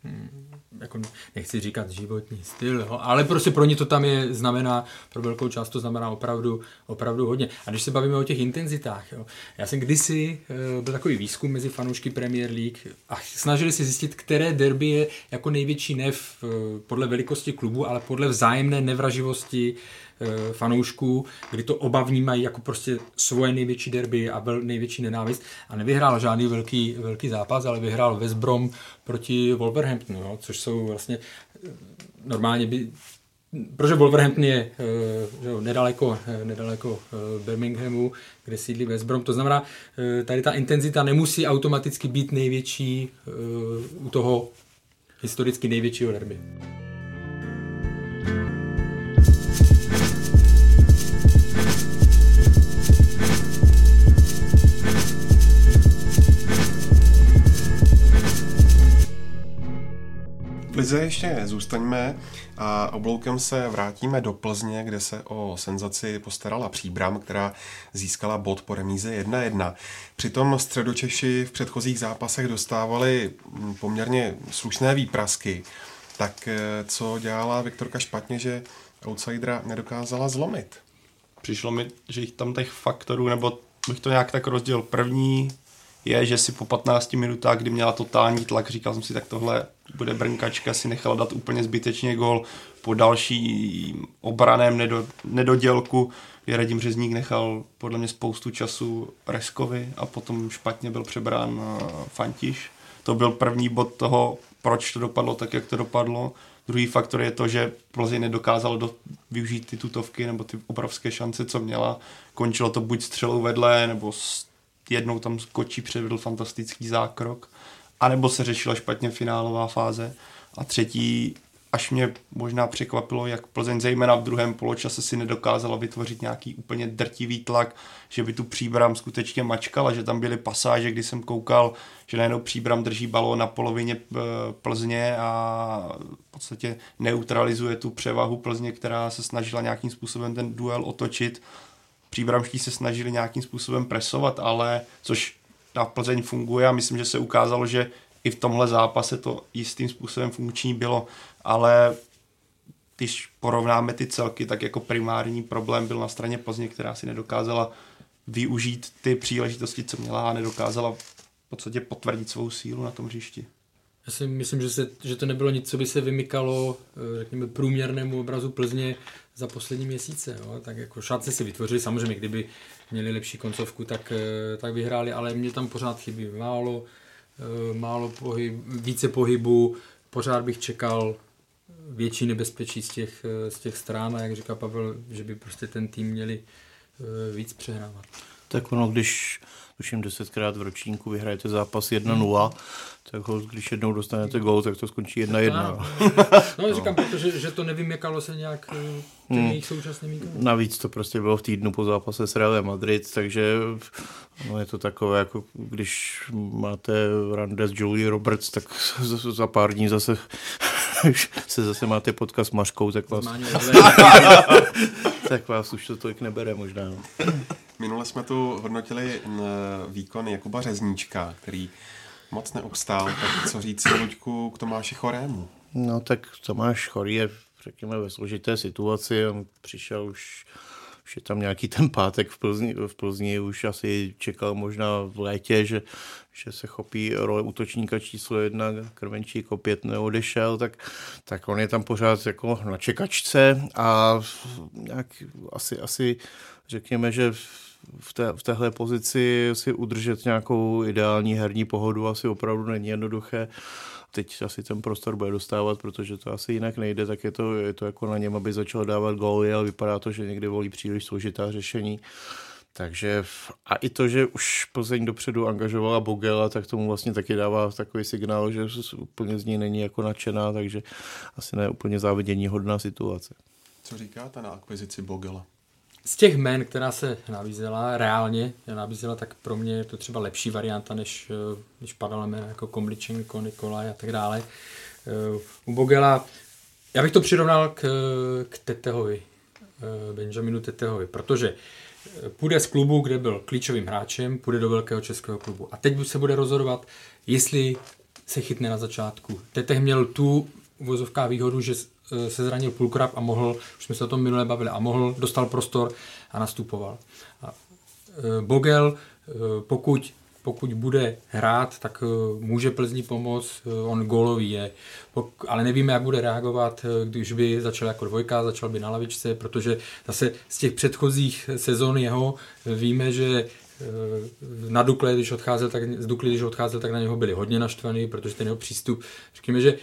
jako nechci říkat životní styl, jo, ale prostě pro ně to tam je, znamená, pro velkou část to znamená opravdu, opravdu hodně. A když se bavíme o těch intenzitách, jo, já jsem kdysi, byl takový výzkum mezi fanoušky Premier League a snažili se zjistit, které derby je jako největší nev podle velikosti klubu, ale podle vzájemné nevraživosti fanoušků, kdy to oba vnímají jako prostě svoje největší derby a vel, největší nenávist a nevyhrál žádný velký, velký zápas, ale vyhrál West Brom proti Wolverhamptonu, jo, což jsou vlastně normálně by, protože Wolverhampton je že jo, nedaleko, nedaleko Birminghamu, kde sídlí West Brom, to znamená, tady ta intenzita nemusí automaticky být největší u toho historicky největšího derby. V lize ještě zůstaňme a obloukem se vrátíme do Plzně, kde se o senzaci postarala Příbram, která získala bod po remíze jedna jedna. Přitom Středočeši v předchozích zápasech dostávali poměrně slušné výprasky. Tak co dělala Viktorka špatně, že outsidera nedokázala zlomit? Přišlo mi, že jich tam těch faktorů, nebo bych to nějak tak rozdělil. První je, že si po patnácti minutách, kdy měla totální tlak, říkal jsem si, tak tohle bude brnkačka, si nechala dát úplně zbytečně gól. Po další obraném nedo, nedodělku, kdy Radim Řezník nechal podle mě spoustu času Reskovi a potom špatně byl přebrán Fantiš. To byl první bod toho, proč to dopadlo tak, jak to dopadlo. Druhý faktor je to, že Plzeň nedokázalo do, využít ty tutovky nebo ty obrovské šance, co měla. Končilo to buď střelou vedle, nebo jednou tam skočí, předvedl fantastický zákrok, anebo se řešila špatně finálová fáze. A třetí, až mě možná překvapilo, jak Plzeň zejména v druhém poločase si nedokázala vytvořit nějaký úplně drtivý tlak, že by tu Příbram skutečně mačkala, že tam byly pasáže, kdy jsem koukal, že najednou Příbram drží balón na polovině Plzně a v podstatě neutralizuje tu převahu Plzně, která se snažila nějakým způsobem ten duel otočit. Příbramští se snažili nějakým způsobem presovat, ale což na Plzeň funguje a myslím, že se ukázalo, že i v tomhle zápase to jistým způsobem funkční bylo, ale když porovnáme ty celky, tak jako primární problém byl na straně Plzně, která si nedokázala využít ty příležitosti, co měla a nedokázala v podstatě potvrdit svou sílu na tom hřišti. Já si myslím, že, se, že to nebylo nic, co by se vymykalo, řekněme, průměrnému obrazu Plzně za poslední měsíce. Jo? Tak jako šance si vytvořili, samozřejmě, kdyby měli lepší koncovku, tak, tak vyhráli, ale mě tam pořád chybí málo, málo pohyb, více pohybu, pořád bych čekal větší nebezpečí z těch, z těch strán a jak říká Pavel, že by prostě ten tým měli víc přehrávat. Tak ono, když tuším desetkrát v ročníku vyhrajete zápas jedna nula, tak když jednou dostanete gól, tak to skončí jedna jedna. No, no říkám, protože že to nevymykalo se nějak těm hmm. jejich současným výkonům. Navíc to prostě bylo v týdnu po zápase s Realem Madrid, takže no, je to takové, jako když máte rande s Julie Roberts, tak za pár dní zase se zase máte potkat s Mařkou, tak vás, tak vás už to tolik nebere možná. Minule jsme tu hodnotili výkon Jakuba Řezníčka, který moc neobstál. Tak co říct Luďku k Tomáši Chorému? No tak Tomáš Chorý je, řekněme, ve složité situaci. On přišel už, už je tam nějaký ten pátek v Plzni, v Plzni už asi čekal možná v létě, že, že se chopí role útočníka číslo jedna, Krmenčík opět neodešel, tak, tak on je tam pořád jako na čekačce a nějak asi, asi řekněme, že v, té, v téhle pozici si udržet nějakou ideální herní pohodu asi opravdu není jednoduché. Teď asi ten prostor bude dostávat, protože to asi jinak nejde, tak je to, je to jako na něm, aby začal dávat góly, ale vypadá to, že někdy volí příliš složitá řešení. Takže a i to, že už Plzeň dopředu angažovala Bogela, tak tomu vlastně taky dává takový signál, že úplně z ní není jako nadšená, takže asi ne úplně závidění hodná situace. Co říkáte na akvizici Bogela? Z těch jmen, která se nabízela, reálně nabízela, tak pro mě je to třeba lepší varianta, než když padala jména jako Komličenko, Nikolaj a tak dále. U Bogela, já bych to přirovnal k, k Tetehovi, Benjaminu Tetehovi, protože půjde z klubu, kde byl klíčovým hráčem, půjde do velkého českého klubu. A teď se bude rozhodovat, jestli se chytne na začátku. Tetech měl tu uvozovká výhodu, že se zranil Pulkrab a mohl, už jsme se o tom minule bavili, a mohl, dostal prostor a nastupoval. A Bogel, pokud, pokud bude hrát, tak může Plzni pomoct, on gólový je, ale nevíme, jak bude reagovat, když by začal jako dvojka, začal by na lavičce, protože zase z těch předchozích sezon jeho víme, že na Dukle, když odcházel, tak z Dukly, když odcházel, tak na něho byli hodně naštvaný, protože ten jeho přístup, řekněme, že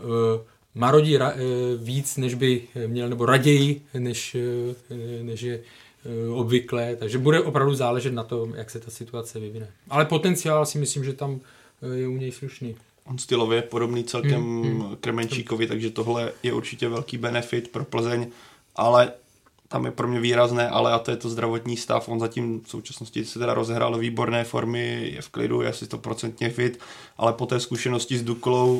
marodí ra, víc, než by měl, nebo raději, než, než je obvyklé, takže bude opravdu záležet na tom, jak se ta situace vyvine. Ale potenciál si myslím, že tam je u něj slušný. On stylově je podobný celkem hmm, hmm. Kremenčíkovi, takže tohle je určitě velký benefit pro Plzeň, ale tam je pro mě výrazné, ale a to je to zdravotní stav. On zatím v současnosti se teda rozehrál do výborné formy, je v klidu, je asi sto procent fit, ale po té zkušenosti s Duklou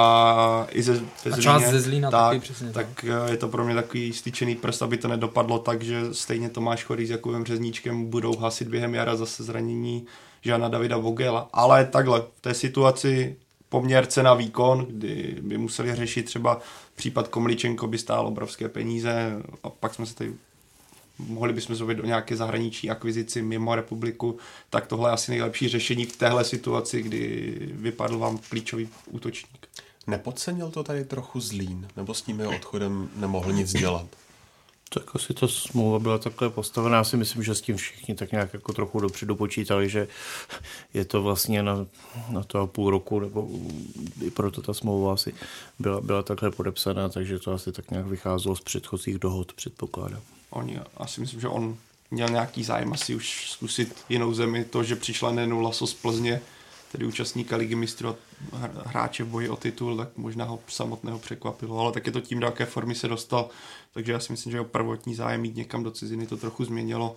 a i ze, ze a část ze Zlína tak, taky přesně. Tak je to pro mě takový styčený prst, aby to nedopadlo tak, že stejně Tomáš Chorý s Jakubem Řezníčkem budou hasit během jara zase zranění Žána Davida Vogela. Ale takhle, v té situaci poměr cena výkon, kdy by museli řešit třeba případ Komličenko, by stál obrovské peníze a pak jsme se tady mohli bychom zvolit do nějaké zahraniční akvizici mimo republiku, tak tohle je asi nejlepší řešení v téhle situaci, kdy vypadl vám klíčový útočník. Nepodcenil to tady trochu Zlín? Nebo s tím jeho odchodem nemohl nic dělat? Tak asi ta smlouva byla takhle postavená. Já si myslím, že s tím všichni tak nějak jako trochu dopředu počítali, že je to vlastně na, na to půl roku, nebo i proto ta smlouva asi byla, byla takhle podepsaná, takže to asi tak nějak vycházelo z předchozích dohod, předpokládám. Oni, asi myslím, že on měl nějaký zájem asi už zkusit jinou zemi. To, že přišla Nenu Laso z Plzně, tedy účastníka Ligy mistrů a hráče v boji o titul, tak možná ho samotného překvapilo, ale tak je to tím, do jaké formy se dostal, takže já si myslím, že jeho prvotní zájem jít někam do ciziny to trochu změnilo,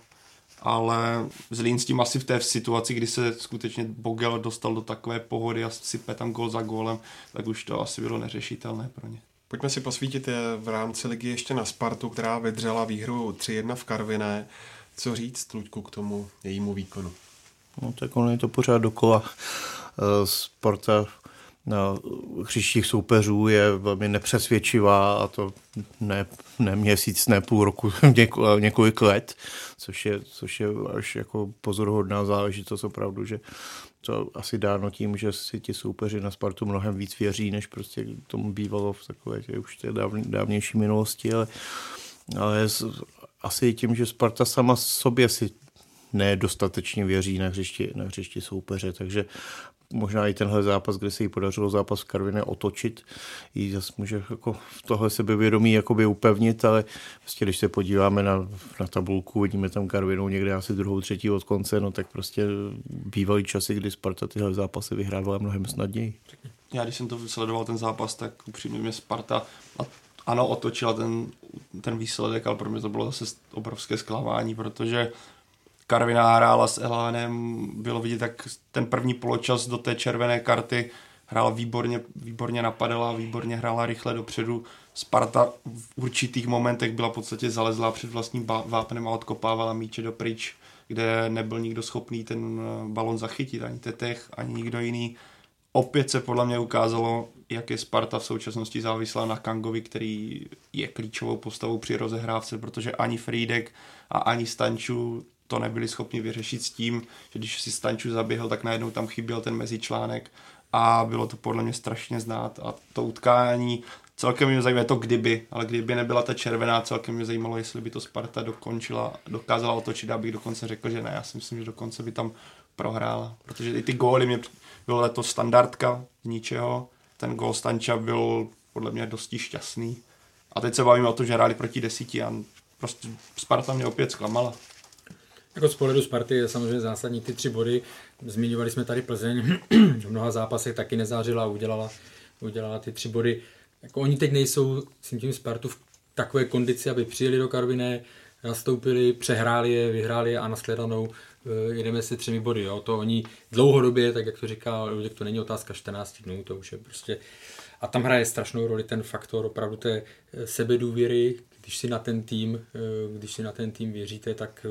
ale Zlín s tím asi v té situaci, kdy se skutečně Bogel dostal do takové pohody a sype tam gól za gólem, tak už to asi bylo neřešitelné pro ně. Pojďme si posvítit v rámci ligy ještě na Spartu, která vydřela výhru tři jedna v Karviné. Co říct, Luďku, k tomu jejímu výkonu? No tak ono je to pořád dokola. Sparta na hřištích soupeřů je velmi nepřesvědčivá a to ne, ne měsíc, ne půl roku, něko, několik let, což je, což je až jako pozoruhodná záležitost opravdu, že to asi dáno tím, že si ti soupeři na Spartu mnohem víc věří, než prostě tomu bývalo v takové tě, už té dávn, dávnější minulosti, ale, ale asi tím, že Sparta sama sobě si nedostatečně věří na hřišti, na hřišti soupeře, takže možná i tenhle zápas, kde se jí podařilo zápas v Karviné otočit, jí zase může jako v tohle sebevědomí jakoby upevnit, ale prostě když se podíváme na, na tabulku, vidíme tam Karvinou někde asi druhou, třetí od konce, no tak prostě bývaly časy, kdy Sparta tyhle zápasy vyhrávala mnohem snadněji. Já když jsem to sledoval ten zápas, tak upřímně mě Sparta ano, otočila ten, ten výsledek, ale pro mě to bylo zase obrovské zklamání, protože Karviná hrála s Elánem, bylo vidět, tak ten první poločas do té červené karty hrála výborně, výborně napadala, výborně hrála rychle dopředu. Sparta v určitých momentech byla v podstatě zalezlá před vlastním vápnem a odkopávala míče dopryč, kde nebyl nikdo schopný ten balon zachytit, ani Tetech, ani nikdo jiný. Opět se podle mě ukázalo, jak je Sparta v současnosti závislá na Kangovi, který je klíčovou postavou při rozehrávce, protože ani Frýdek a ani Stanču to nebyli schopni vyřešit s tím, že když si Stanču zaběhl, tak najednou tam chyběl ten mezičlánek a bylo to podle mě strašně znát. A to utkání, celkem mě zajímá to kdyby, ale kdyby nebyla ta červená, celkem mě zajímalo, jestli by to Sparta dokončila, dokázala otočit, abych dokonce řekl, že ne. Já si myslím, že dokonce by tam prohrála, protože i ty góly mě bylo to standardka z ničeho, ten gól Stanča byl podle mě dosti šťastný. A teď se bavíme o tom, že hráli proti desíti a prostě Sparta mě opět zklamala. Jako z pohledu Sparty je samozřejmě zásadní ty tři body. Zmiňovali jsme tady Plzeň, v mnoha zápasech taky nezářila a udělala, udělala ty tři body. Jako oni teď nejsou s tím Spartu v takové kondici, aby přijeli do Karviné, nastoupili, přehráli je, vyhráli je a nashledanou jedeme si třemi body. Jo. To oni dlouhodobě, tak jak to říká Luděk, to není otázka čtrnáct dnů, to už je prostě... A tam hraje strašnou roli ten faktor opravdu té sebedůvěry, když si na ten tým, když si na ten tým věříte, tak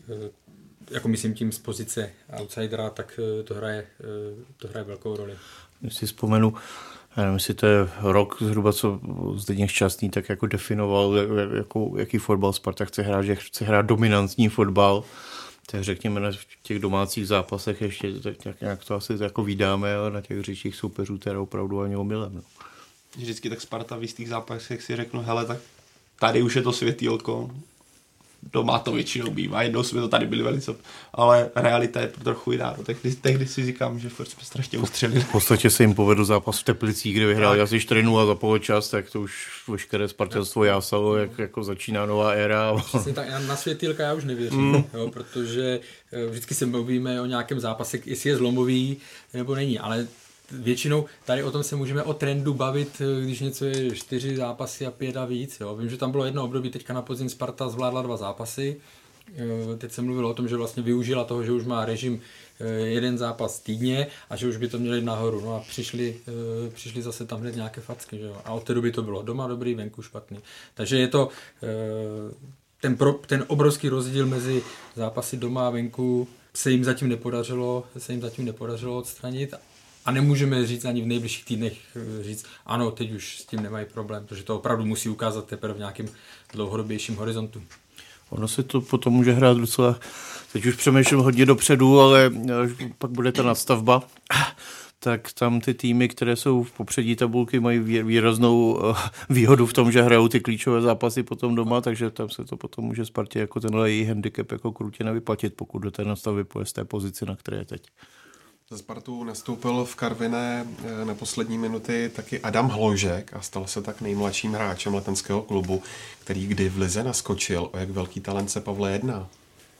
jako myslím tím z pozice outsidera, tak to hraje, to hraje velkou roli. když si vzpomenu, já nevím, jestli to je rok zhruba, co Zdeněk Šťastný tak jako definoval, jako, jaký fotbal Sparta chce hrát, že chce hrát dominantní fotbal. Tak řekněme na těch domácích zápasech ještě tak nějak to asi jako vídáme, ale na těch řečích soupeřů teda opravdu ani omylem. No. Vždycky tak Sparta v jistých zápasech si řeknu, hele, tak tady už je to světýlko, doma to většinou bývá, jednou jsme to tady byli velice, ale realita je trochu jiná. No. Tehdy, tehdy si říkám, že furt jsme strašně ustřelili. V podstatě se jim povedl zápas v Teplicích, kde vyhráli asi čtyři nula za poločas, tak to už veškeré spartanstvo jásalo, jak jako začíná nová éra. Přesně tak, já na světýlka já už nevěřím, mm. jo, protože vždycky se mluvíme o nějakém zápase, jestli je zlomový nebo není, ale většinou tady o tom se můžeme o trendu bavit, když něco je čtyři zápasy a pět a víc. Jo. Vím, že tam bylo jedno období, teďka na podzim Sparta zvládla dva zápasy. Teď se mluvilo o tom, že vlastně využila toho, že už má režim jeden zápas týdně a že už by to měli nahoru. No a přišli, přišli zase tam hned nějaké facky. Že jo. A od té doby to bylo doma dobrý, venku špatný. Takže je to ten, pro, ten obrovský rozdíl mezi zápasy doma a venku se jim zatím nepodařilo, se jim zatím nepodařilo odstranit. A nemůžeme říct ani v nejbližších týdnech říct, ano, teď už s tím nemají problém, protože to opravdu musí ukázat teprve v nějakém dlouhodobějším horizontu. Ono se to potom může hrát docela, teď už přemýšlím hodně dopředu, ale pak bude ta nadstavba, tak tam ty týmy, které jsou v popředí tabulky, mají výraznou výhodu v tom, že hrajou ty klíčové zápasy potom doma, takže tam se to potom může Spartě jako tenhle její handicap jako krutě nevyplatit, pokud do té nadstavby půjde z té pozici, na které je teď. Za Spartu nastoupil v Karviné na poslední minuty taky Adam Hložek a stal se tak nejmladším hráčem letenského klubu, který kdy v lize naskočil. O jak velký talent se, Pavle, jedná?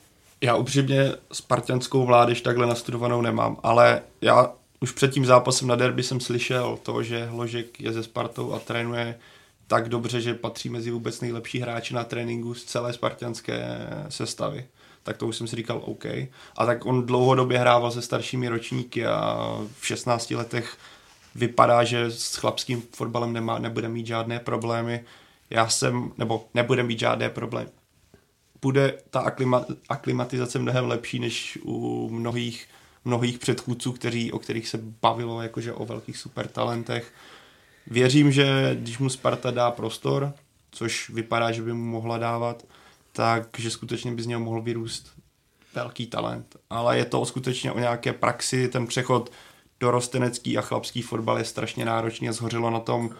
Já upřímně spartanskou mládež takhle nastudovanou nemám, ale já už před tím zápasem na derby jsem slyšel to, že Hložek je ze Spartou a trénuje tak dobře, že patří mezi vůbec nejlepší hráči na tréninku z celé spartanské sestavy. Tak to už jsem si říkal OK. A tak on dlouhodobě hrával se staršími ročníky a v šestnácti letech vypadá, že s chlapským fotbalem nemá, nebude mít žádné problémy. Já jsem, nebo nebude mít žádné problémy. Bude ta aklima, aklimatizace mnohem lepší než u mnohých, mnohých předchůdců, kteří, o kterých se bavilo jakože o velkých supertalentech. Věřím, že když mu Sparta dá prostor, což vypadá, že by mu mohla dávat, takže skutečně by z něho mohl vyrůst velký talent. Ale je to skutečně o nějaké praxi, ten přechod dorostenecký a chlapský fotbal je strašně náročný a zhořelo na tom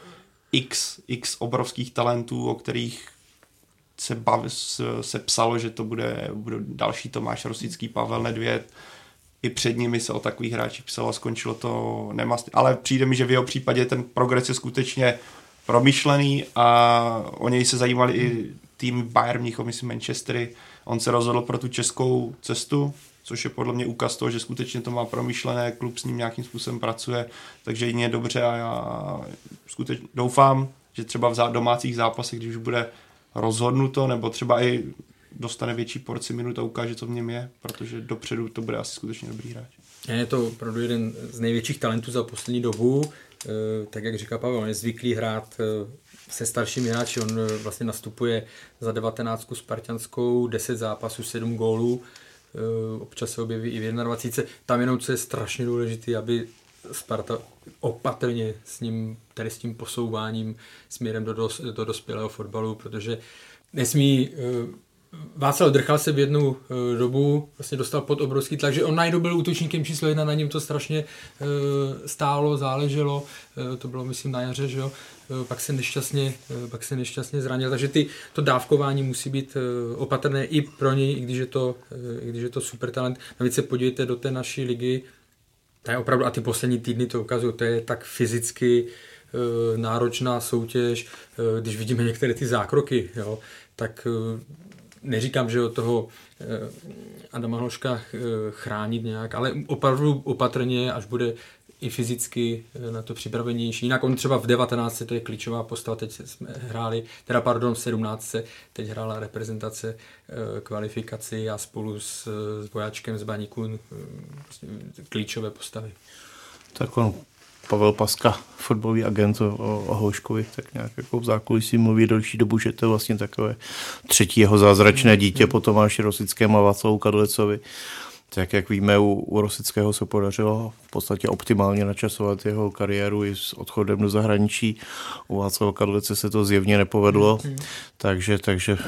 x, x obrovských talentů, o kterých se, bav, se psalo, že to bude, bude další Tomáš Rosický, Pavel Nedvěd. I před nimi se o takových hráčích psalo a skončilo to nemastně. Ale přijde mi, že v jeho případě ten progres je skutečně promyšlený a o něj se zajímali i tým Bayern Mnichov, myslím Manchestery. On se rozhodl pro tu českou cestu, což je podle mě úkaz toho, že skutečně to má promyšlené, klub s ním nějakým způsobem pracuje, takže jině je dobře a já skutečně doufám, že třeba v domácích zápasech, když už bude rozhodnuto, nebo třeba i dostane větší porci minut a ukáže, co v něm je, protože dopředu to bude asi skutečně dobrý hráč. Je to opravdu jeden z největších talentů za poslední dobu, tak jak říká Pavel, on je zvyklý hrát se staršími hráči, on vlastně nastupuje za devatenáctku spartanskou, deset zápasů, sedm gólů, občas se objeví i v jednadvacítce. Tam jenom, co je strašně důležité, aby Sparta opatrně s ním, tady s tím posouváním směrem do, dos, do dospělého fotbalu, protože nesmí... Václav Drchal se v jednu uh, dobu vlastně dostal pod obrovský tlak, že on najednou byl útočníkem číslo jedna, na něm to strašně uh, stálo, záleželo, uh, to bylo myslím na jaře, že jo, uh, pak se nešťastně, uh, pak se nešťastně zranil, takže ty, to dávkování musí být uh, opatrné i pro něj, i když je to, uh, i když je to super talent. Navíc se podívejte do té naší ligy, to je opravdu, a ty poslední týdny to ukazují, to je tak fyzicky uh, náročná soutěž, uh, když vidíme některé ty zákroky, jo, tak uh, neříkám, že od toho Adama Hložka chránit nějak, ale opravdu opatrně, až bude i fyzicky na to připravenější. Jinak on třeba v devatenáctce, to je klíčová postava, teď jsme hráli, teda pardon, v sedmnáctce, teď hrála reprezentace kvalifikaci a spolu s, s Vojáčkem z Baníku klíčové postavy. Tak on Pavel Paska, fotbalový agent o, o Hložkovi, tak nějak jako v zákulisí mluví delší dobu, že to je vlastně takové třetí jeho zázračné dítě po Tomáši Rosickém a Václavu Kadlecovi. Tak jak víme, u, u Rosického se podařilo v podstatě optimálně načasovat jeho kariéru i s odchodem do zahraničí. U Václava Kadlece se to zjevně nepovedlo, mm. takže, takže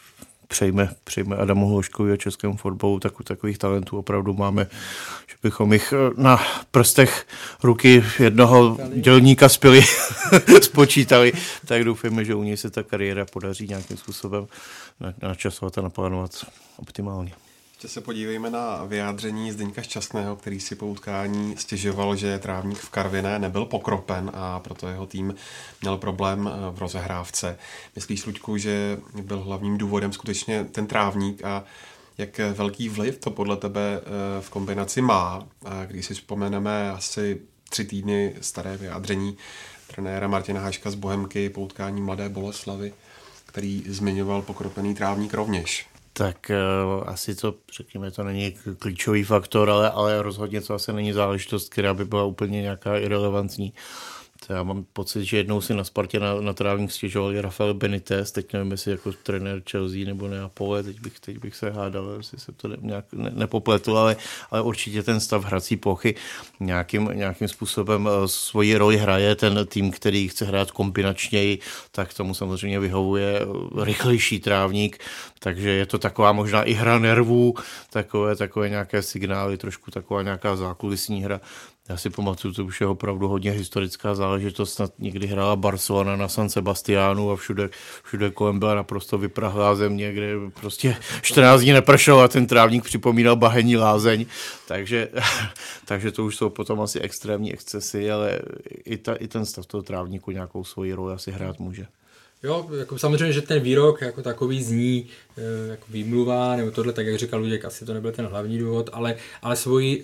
přejme, přejme Adamu Hložkovi a českému fotbalu, tak, takových talentů opravdu máme, že bychom jich na prstech ruky jednoho dělníka spili, spočítali, tak doufáme, že u něj se ta kariéra podaří nějakým způsobem načasovat a naplánovat optimálně. Ještě se podívejme na vyjádření Zdeňka Šťastného, který si po utkání stěžoval, že trávník v Karviné nebyl pokropen a proto jeho tým měl problém v rozehrávce. Myslíš, Luďku, že byl hlavním důvodem skutečně ten trávník a jak velký vliv to podle tebe v kombinaci má? A když si vzpomeneme asi tři týdny staré vyjádření trenéra Martina Haška z Bohemky po utkání Mladé Boleslavi, který zmiňoval pokropený trávník rovněž. Tak uh, asi to, řekněme, to není klíčový faktor, ale, ale rozhodně to asi není záležitost, která by byla úplně nějaká irelevantní. To já mám pocit, že jednou si na Spartě na, na trávník stěžoval i Rafael Benitez, teď nevím, jestli jako trenér Chelsea nebo Neapole, teď bych, teď bych se hádal, jestli se to ne, nějak ne, nepopletl, ale, ale určitě ten stav hrací plochy nějakým, nějakým způsobem svoji roli hraje, ten tým, který chce hrát kombinačněji, tak tomu samozřejmě vyhovuje rychlejší trávník, takže je to taková možná i hra nervů, takové, takové nějaké signály, trošku taková nějaká zákulisní hra. Já si pamatuju, to už je opravdu hodně historická záležitost, snad někdy hrála Barcelona na San Sebastiánu a všude, všude kolem byla naprosto vyprahlá země, kde prostě čtrnáct dní nepršelo a ten trávník připomínal bahenní lázeň, takže, takže to už jsou potom asi extrémní excesy, ale i, ta, i ten stav toho trávníku nějakou svoji roli asi hrát může. Jo, jako samozřejmě, že ten výrok jako takový zní jako výmluva, nebo tohle, tak jak říkal Luděk, asi to nebyl ten hlavní důvod, ale, ale svoji,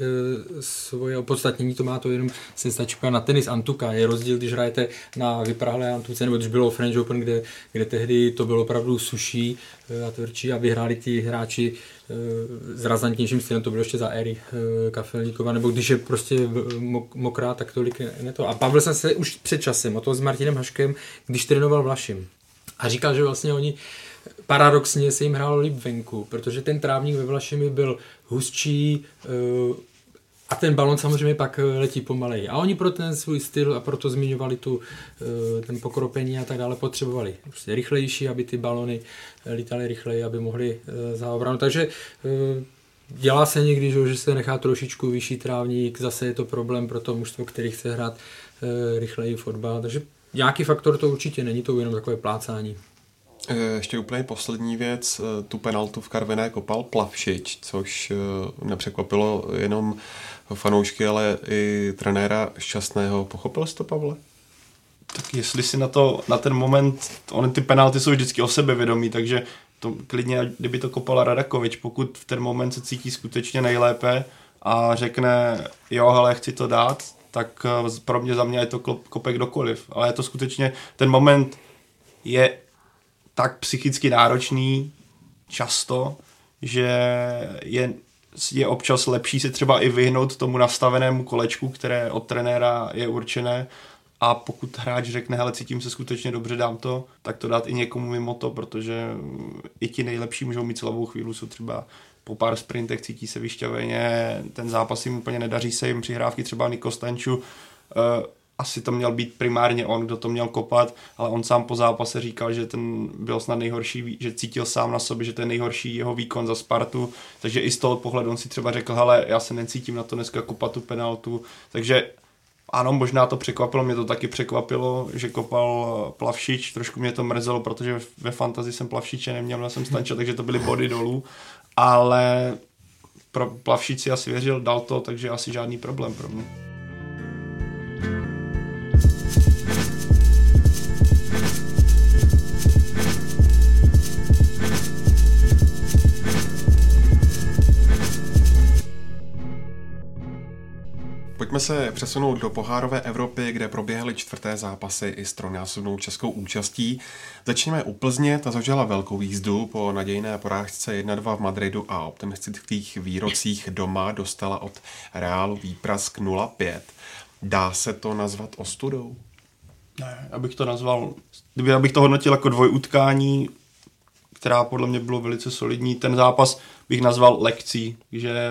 svoje opodstatnění to má to jenom se stačí na tenis Antuka. Je rozdíl, když hrajete na vyprahlé Antuce, nebo když bylo French Open, kde, kde tehdy to bylo opravdu suší a tvrdší a vyhráli ti hráči s razantnějším stylem, to bylo ještě za éry Kafelníkova, nebo když je prostě mokrá, tak tolik ne to. A bavil jsem se už před časem o tom s Martinem Haškem, když trénoval Vlašim. A říkal, že vlastně oni paradoxně se jim hrálo líp venku, protože ten trávník ve Vlašimi byl hustší a ten balon samozřejmě pak letí pomaleji. A oni pro ten svůj styl a proto zmiňovali tu, ten pokropení a tak dále potřebovali prostě rychlejší, aby ty balony lítaly rychleji, aby mohli zaobranout. Takže dělá se někdy, že se nechá trošičku vyšší trávník, zase je to problém pro to mužstvo, který chce hrát rychleji fotbal. Takže nějaký faktor to určitě není, to jenom takové plácání. Ještě úplně poslední věc, tu penaltu v Karviné kopal Plavšič, což nepřekvapilo jenom fanoušky, ale i trenéra Šťastného. Pochopil jsi to, Pavle? Tak jestli si na to, na ten moment, ony ty penalty jsou vždycky o sebevědomí, takže to klidně, kdyby to kopala Radakovič, pokud v ten moment se cítí skutečně nejlépe a řekne, jo, hele, chci to dát, tak pro mě, za mě je to kope kdokoliv. Ale je to skutečně, ten moment je tak psychicky náročný často, že je, je občas lepší si třeba i vyhnout tomu nastavenému kolečku, které od trenéra je určené, a pokud hráč řekne, hele, cítím se skutečně dobře, dám to, tak to dát i někomu mimo to, protože i ti nejlepší můžou mít slabou chvíli, jsou třeba po pár sprintech, cítí se vyšťaveně, ten zápas jim úplně nedaří se jim přihrávky, třeba Niko Stanču, uh, asi to měl být primárně on, kdo to měl kopat, ale on sám po zápase říkal, že ten byl snad nejhorší, že cítil sám na sobě, že to je nejhorší jeho výkon za Spartu, takže i z toho pohledu on si třeba řekl, hele, já se necítím na to dneska kopat tu penaltu, takže ano, možná to překvapilo, mě to taky překvapilo, že kopal Plavšič, trošku mě to mrzelo, protože ve fantasy jsem Plavšiče neměl, měl jsem Stanča, takže to byly body dolů, ale pro Plavšič si asi věřil, dal to, takže asi žádný problém pro mě. Pojďme se přesunout do pohárové Evropy, kde proběhly čtvrté zápasy i s trojnásobnou českou účastí. Začněme u Plzně, ta zažila velkou jízdu po nadějné porážce jedna dva v Madridu a optimistických výrocích doma dostala od Realu výprask nula pět. Dá se to nazvat ostudou? Ne, abych to nazval, kdyby abych to hodnotil jako dvojutkání, která podle mě bylo velice solidní. Ten zápas bych nazval lekcí, že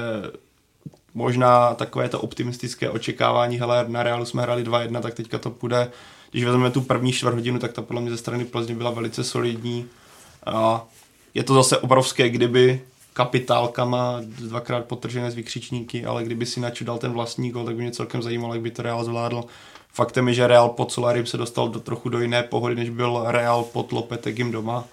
možná takové to optimistické očekávání, hele, na Realu jsme hráli dva jedna, tak teďka to půjde. Když vezmeme tu první čtvrt hodinu, tak ta podle mě ze strany Plzně byla velice solidní. A je to zase obrovské, kdyby kapitálkama, dvakrát potržené z vykřičníky, ale kdyby si naču dal ten vlastní gol, tak by mě celkem zajímalo, jak by to Real zvládl. Faktem je, že Real pod Solariem se dostal do trochu do jiné pohody, než byl Real pod Lopetegim doma.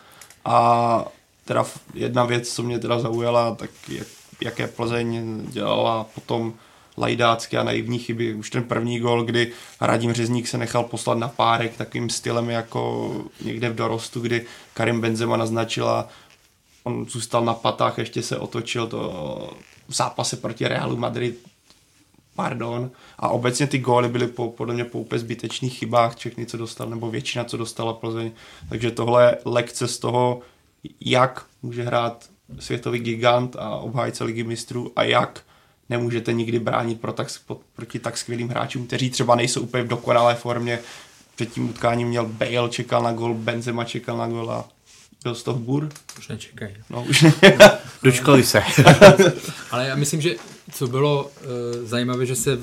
A teda jedna věc, co mě teda zaujala, tak jak, jaké Plzeň dělala potom lajdácky a naivní chyby. Už ten první gol, kdy Radim Řezník se nechal poslat na párek takovým stylem jako někde v dorostu, kdy Karim Benzema naznačila, on zůstal na patách, ještě se otočil to v zápase proti Realu Madrid, pardon, a obecně ty góly byly po, podle mě po úplně zbytečných chybách, všechny, co dostal, nebo většina, co dostala Plzeň. Takže tohle je lekce z toho, jak může hrát světový gigant a obhájce ligy mistrů a jak nemůžete nikdy bránit pro tak, proti tak skvělým hráčům, kteří třeba nejsou úplně v dokonalé formě. Před tím utkáním měl Bale, čekal na gol, Benzema čekal na gol a byl z toho bur. Už nečekají. No, už ne. Dočkali se. Ale já myslím, že co bylo uh, zajímavé, že se uh,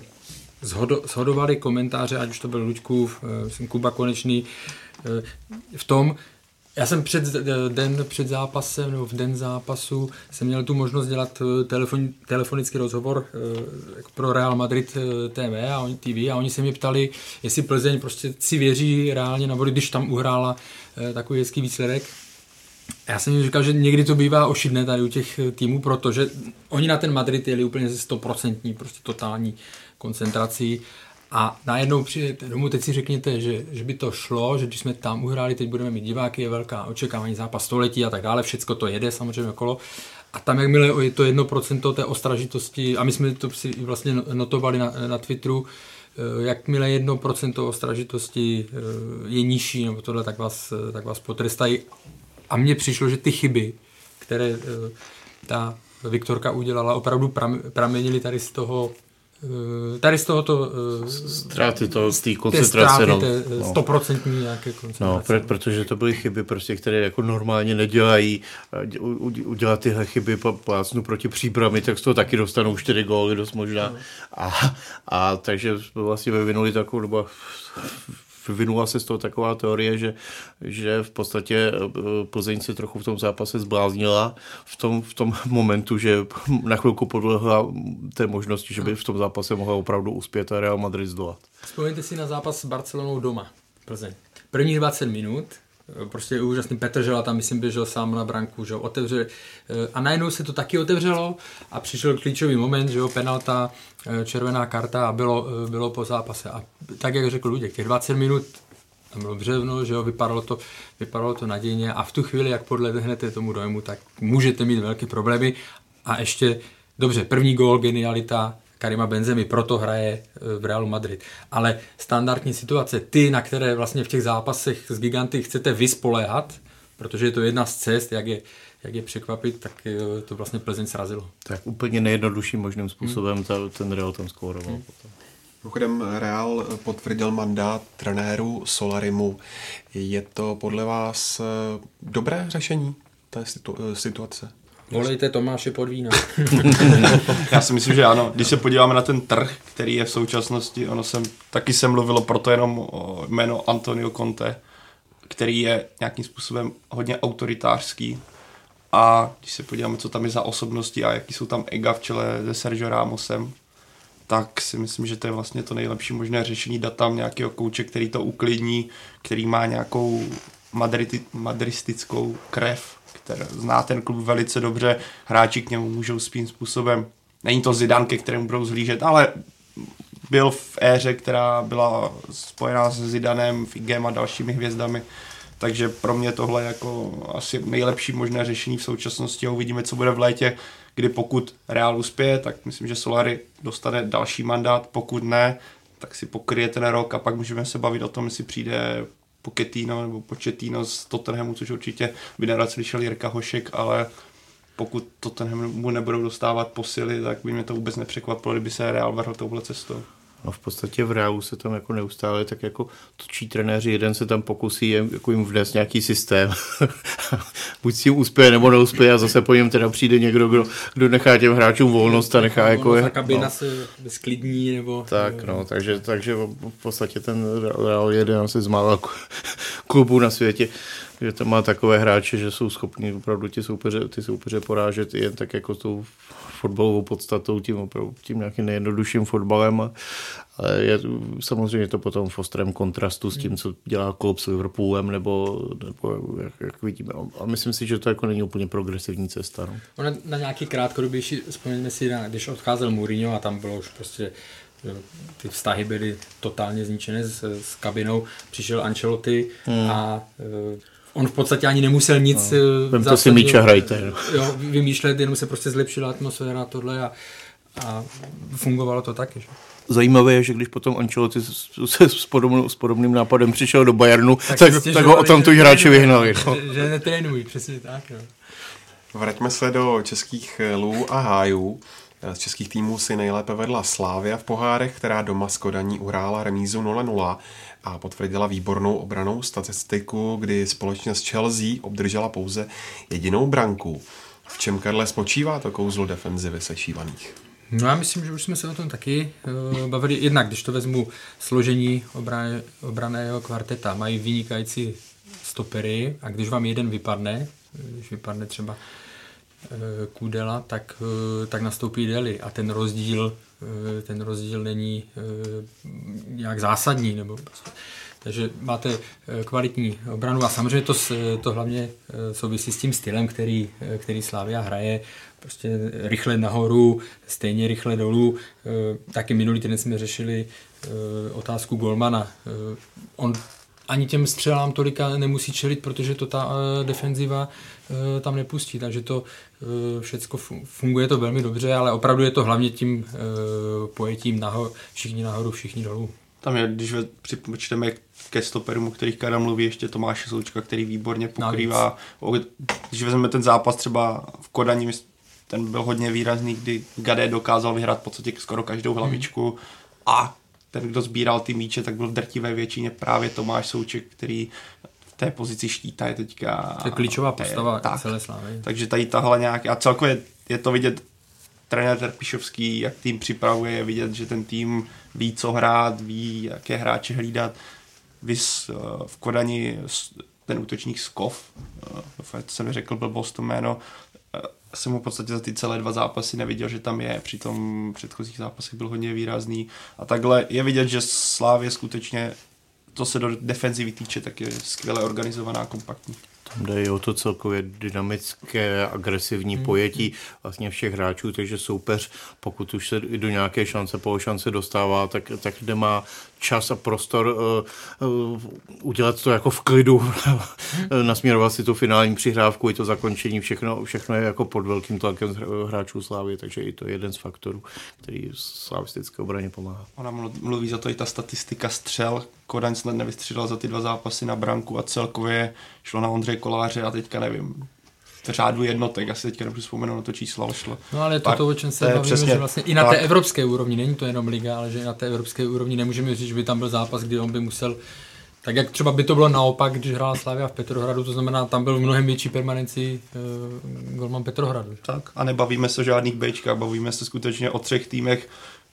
zhodo, shodovali komentáře, ať už to byl Luďkův, uh, Kuba Konečný, uh, v tom, já jsem před den před zápasem, nebo v den zápasu jsem měl tu možnost dělat telefon, telefonický rozhovor uh, pro Real Madrid T V a oni T V a oni se mě ptali, jestli Plzeň prostě si věří reálně na body, když tam uhrála uh, takový hezký výsledek. Já jsem jim říkal, že někdy to bývá ošidné tady u těch týmů, protože oni na ten Madrid jeli úplně ze stoprocentní, prostě totální koncentrací. A najednou přijete domů, teď si řekněte, že, že by to šlo, že když jsme tam uhráli, teď budeme mít diváky, je velká očekávání, zápas století a tak dále, všecko to jede samozřejmě okolo. A tam, jakmile je to jedno procento té ostražitosti, a my jsme to si vlastně notovali na, na Twitteru, jakmile jedno procento ostražitosti je nižší, nebo tohle, tak vás, tak vás potrestají. A mně přišlo, že ty chyby, které ta Viktorka udělala, opravdu pramenily tady z toho, tady z tohoto ztráty toho, z té koncentrace. No. stoprocentní nějaké koncentrace. No, pr- protože to byly chyby, prostě, které jako normálně nedělají. Udělat tyhle chyby plácnu proti Příbrami, tak z toho taky dostanou čtyři góly dost možná. No. A, a takže vlastně vyvinuli takovou, nebo vyvinula se z toho taková teorie, že, že v podstatě Plzeň se trochu v tom zápase zbláznila v tom, v tom momentu, že na chvilku podlehla té možnosti, že by v tom zápase mohla opravdu uspět a Real Madrid zdolat. Vzpomeňte si na zápas s Barcelonou doma, Plzeň. Prvních dvacet minut, prostě úžasný Petržela tam, myslím, běžel sám na branku, že otevře, a najednou se to taky otevřelo a přišel klíčový moment, že jo, penalta, červená karta a bylo, bylo po zápase. A tak, jak řekl Luděk, těch dvacet minut tam bylo břevno, že jo, vypadalo to, vypadalo to nadějně a v tu chvíli, jak podlehnete tomu dojmu, tak můžete mít velké problémy a ještě, dobře, první gól, genialita Karima Benzemy, proto hraje v Realu Madrid. Ale standardní situace, ty, na které vlastně v těch zápasech s giganty chcete vyspoléhat, protože je to jedna z cest, jak je, jak je překvapit, tak to vlastně Plzeň srazilo. Tak úplně nejjednodušším možným způsobem hmm. ta, ten Real tam skóroval. Hmm. Mimochodem Real potvrdil mandát trenéru Solarimu. Je to podle vás dobré řešení té situ- situace? Volejte Tomáše Podvína. Já si myslím, že ano. Když se podíváme na ten trh, který je v současnosti, ono jsem, taky se mluvilo proto jenom o jméno Antonio Conte, který je nějakým způsobem hodně autoritářský. A když se podíváme, co tam je za osobnosti a jaký jsou tam ega v čele se Sergio Ramosem, tak si myslím, že to je vlastně to nejlepší možné řešení, dát tam nějakého kouče, který to uklidní, který má nějakou madriti, madristickou krev, který zná ten klub velice dobře, hráči k němu můžou svým způsobem, není to Zidane, ke kterému budou zhlížet, ale byl v éře, která byla spojená s Zidanem, Figem a dalšími hvězdami, takže pro mě tohle je jako asi nejlepší možné řešení v současnosti a uvidíme, co bude v létě, kdy pokud Real uspěje, tak myslím, že Solari dostane další mandát, pokud ne, tak si pokryje ten rok a pak můžeme se bavit o tom, jestli přijde Pochettino nebo Pochettino z Tottenhamu, což určitě by nerad slyšel Jirka Hošek, ale pokud Tottenhamu nebudou dostávat posily, tak by mě to vůbec nepřekvapilo, kdyby se Real vrhl touhle cestou. No v podstatě v Realu se tam jako neustále tak jako točí trenéři, jeden se tam pokusí jako jim vnést nějaký systém. Buď s tím uspěje nebo neuspěje a zase po něm teda přijde někdo, kdo, kdo nechá těm hráčům volnost a nechá jako... Ta kabina no. se sklidní nebo... Tak no, takže, takže v podstatě ten Real je jeden z mála klubů na světě, že tam má takové hráče, že jsou schopni opravdu ty soupeře, ty soupeře porážet jen tak jako tou fotbalovou podstatou, tím opravdu tím nějakým nejjednodušším fotbalem. A, ale je samozřejmě to potom v ostrém kontrastu s tím, co dělá klub s Liverpoolem, nebo, nebo jak, jak vidíme. A myslím si, že to jako není úplně progresivní cesta. No. Ona na nějaký krátkodobější, vzpomeňme si, na, když odcházel Mourinho a tam bylo už prostě ty vztahy byly totálně zničené s, s kabinou, přišel Ancelotti hmm. a on v podstatě ani nemusel nic no, to si míče hrajte. No. Jo, vymýšlet, jenom se prostě zlepšila atmosféra tohle a, a fungovalo to taky. Že? Zajímavé je, že když potom Ancelotti se s, podobnou, s podobným nápadem přišel do Bayernu, tak, tak, tak ho tam tu hráči vyhnali. No. Že, že netrénují, přesně tak. No. Vraťme se do českých lů a hájů. Z českých týmů si nejlépe vedla Slavia v pohárech, která doma s Kodaní uhrála remízu nula nula a potvrdila výbornou obrannou statistiku, kdy společně s Chelsea obdržela pouze jedinou branku. V čem, Karle, spočívá to kouzlo defenzivy sešívaných? No já myslím, že už jsme se o tom taky uh, bavili. Jednak, když to vezmu složení obrané, obraného kvarteta, mají vynikající stopery a když vám jeden vypadne, když vypadne třeba Kudela, tak, tak nastoupí Deli a ten rozdíl, ten rozdíl není nějak zásadní. Nebo prostě. Takže máte kvalitní obranu a samozřejmě to, to hlavně souvisí s tím stylem, který, který Slavia hraje. Prostě rychle nahoru, stejně rychle dolů. Taky minulý týden jsme řešili otázku golmana. On ani těm střelám tolika nemusí čelit, protože to ta uh, defenziva uh, tam nepustí, takže to uh, všecko funguje to velmi dobře, ale opravdu je to hlavně tím uh, pojetím naho, všichni nahoru, všichni dolů. Tam je, když připočteme ke stoperům, o kterých Karel mluví, ještě Tomáš Součka, který výborně pokrývá. Navíc. Když vezmeme ten zápas třeba v Kodani, ten byl hodně výrazný, kdy Gade dokázal vyhrát v podstatě skoro každou hlavičku hmm. a ten, kdo sbíral ty míče, tak byl v drtivé většině právě Tomáš Souček, který v té pozici štítá je teďka... To je klíčová postava tak, celé Slávy. Takže tady tahle nějak... A celkově je to vidět, trenér Trpišovský, jak tým připravuje, je vidět, že ten tým ví, co hrát, ví, jaké hráče hlídat. Vys v Kodani ten útočník Skov, to jsem neřekl blbost to jméno, jsem ho v podstatě za ty celé dva zápasy neviděl, že tam je, při tom předchozích zápasech byl hodně výrazný a takhle je vidět, že Slavie skutečně, to se do defenzivy týče, tak je skvěle organizovaná, kompaktní. Tam jde i o to celkově dynamické, agresivní hmm. pojetí vlastně všech hráčů, takže soupeř, pokud už se do nějaké šance, pološance dostává, tak, tak nemá čas a prostor uh, uh, udělat to jako v klidu, hmm. nasměrovat si tu finální přihrávku i to zakončení, všechno, všechno je jako pod velkým tlakem hráčů Slávy, takže i to je jeden z faktorů, který slavistické obraně pomáhá. Ona mluví za to i ta statistika střel. Kodaň snad nevystřelil za ty dva zápasy na branku a celkově šlo na Ondřeje Koláře a teďka nevím, v řádu jednotek, asi teďka nemůžu vzpomenout na to číslo, ale šlo. No ale to, to o čem se bavíme, přesně, že vlastně i na tak. té evropské úrovni, není to jenom liga, ale že i na té evropské úrovni nemůžeme říct, že by tam byl zápas, kdy on by musel, tak jak třeba by to bylo naopak, když hrála Slavia v Petrohradu, to znamená, tam byl v mnohem větší permanenci uh, golman Petrohradu. Tak a nebavíme se o žádných bečkách, bavíme se skutečně o třech týmech,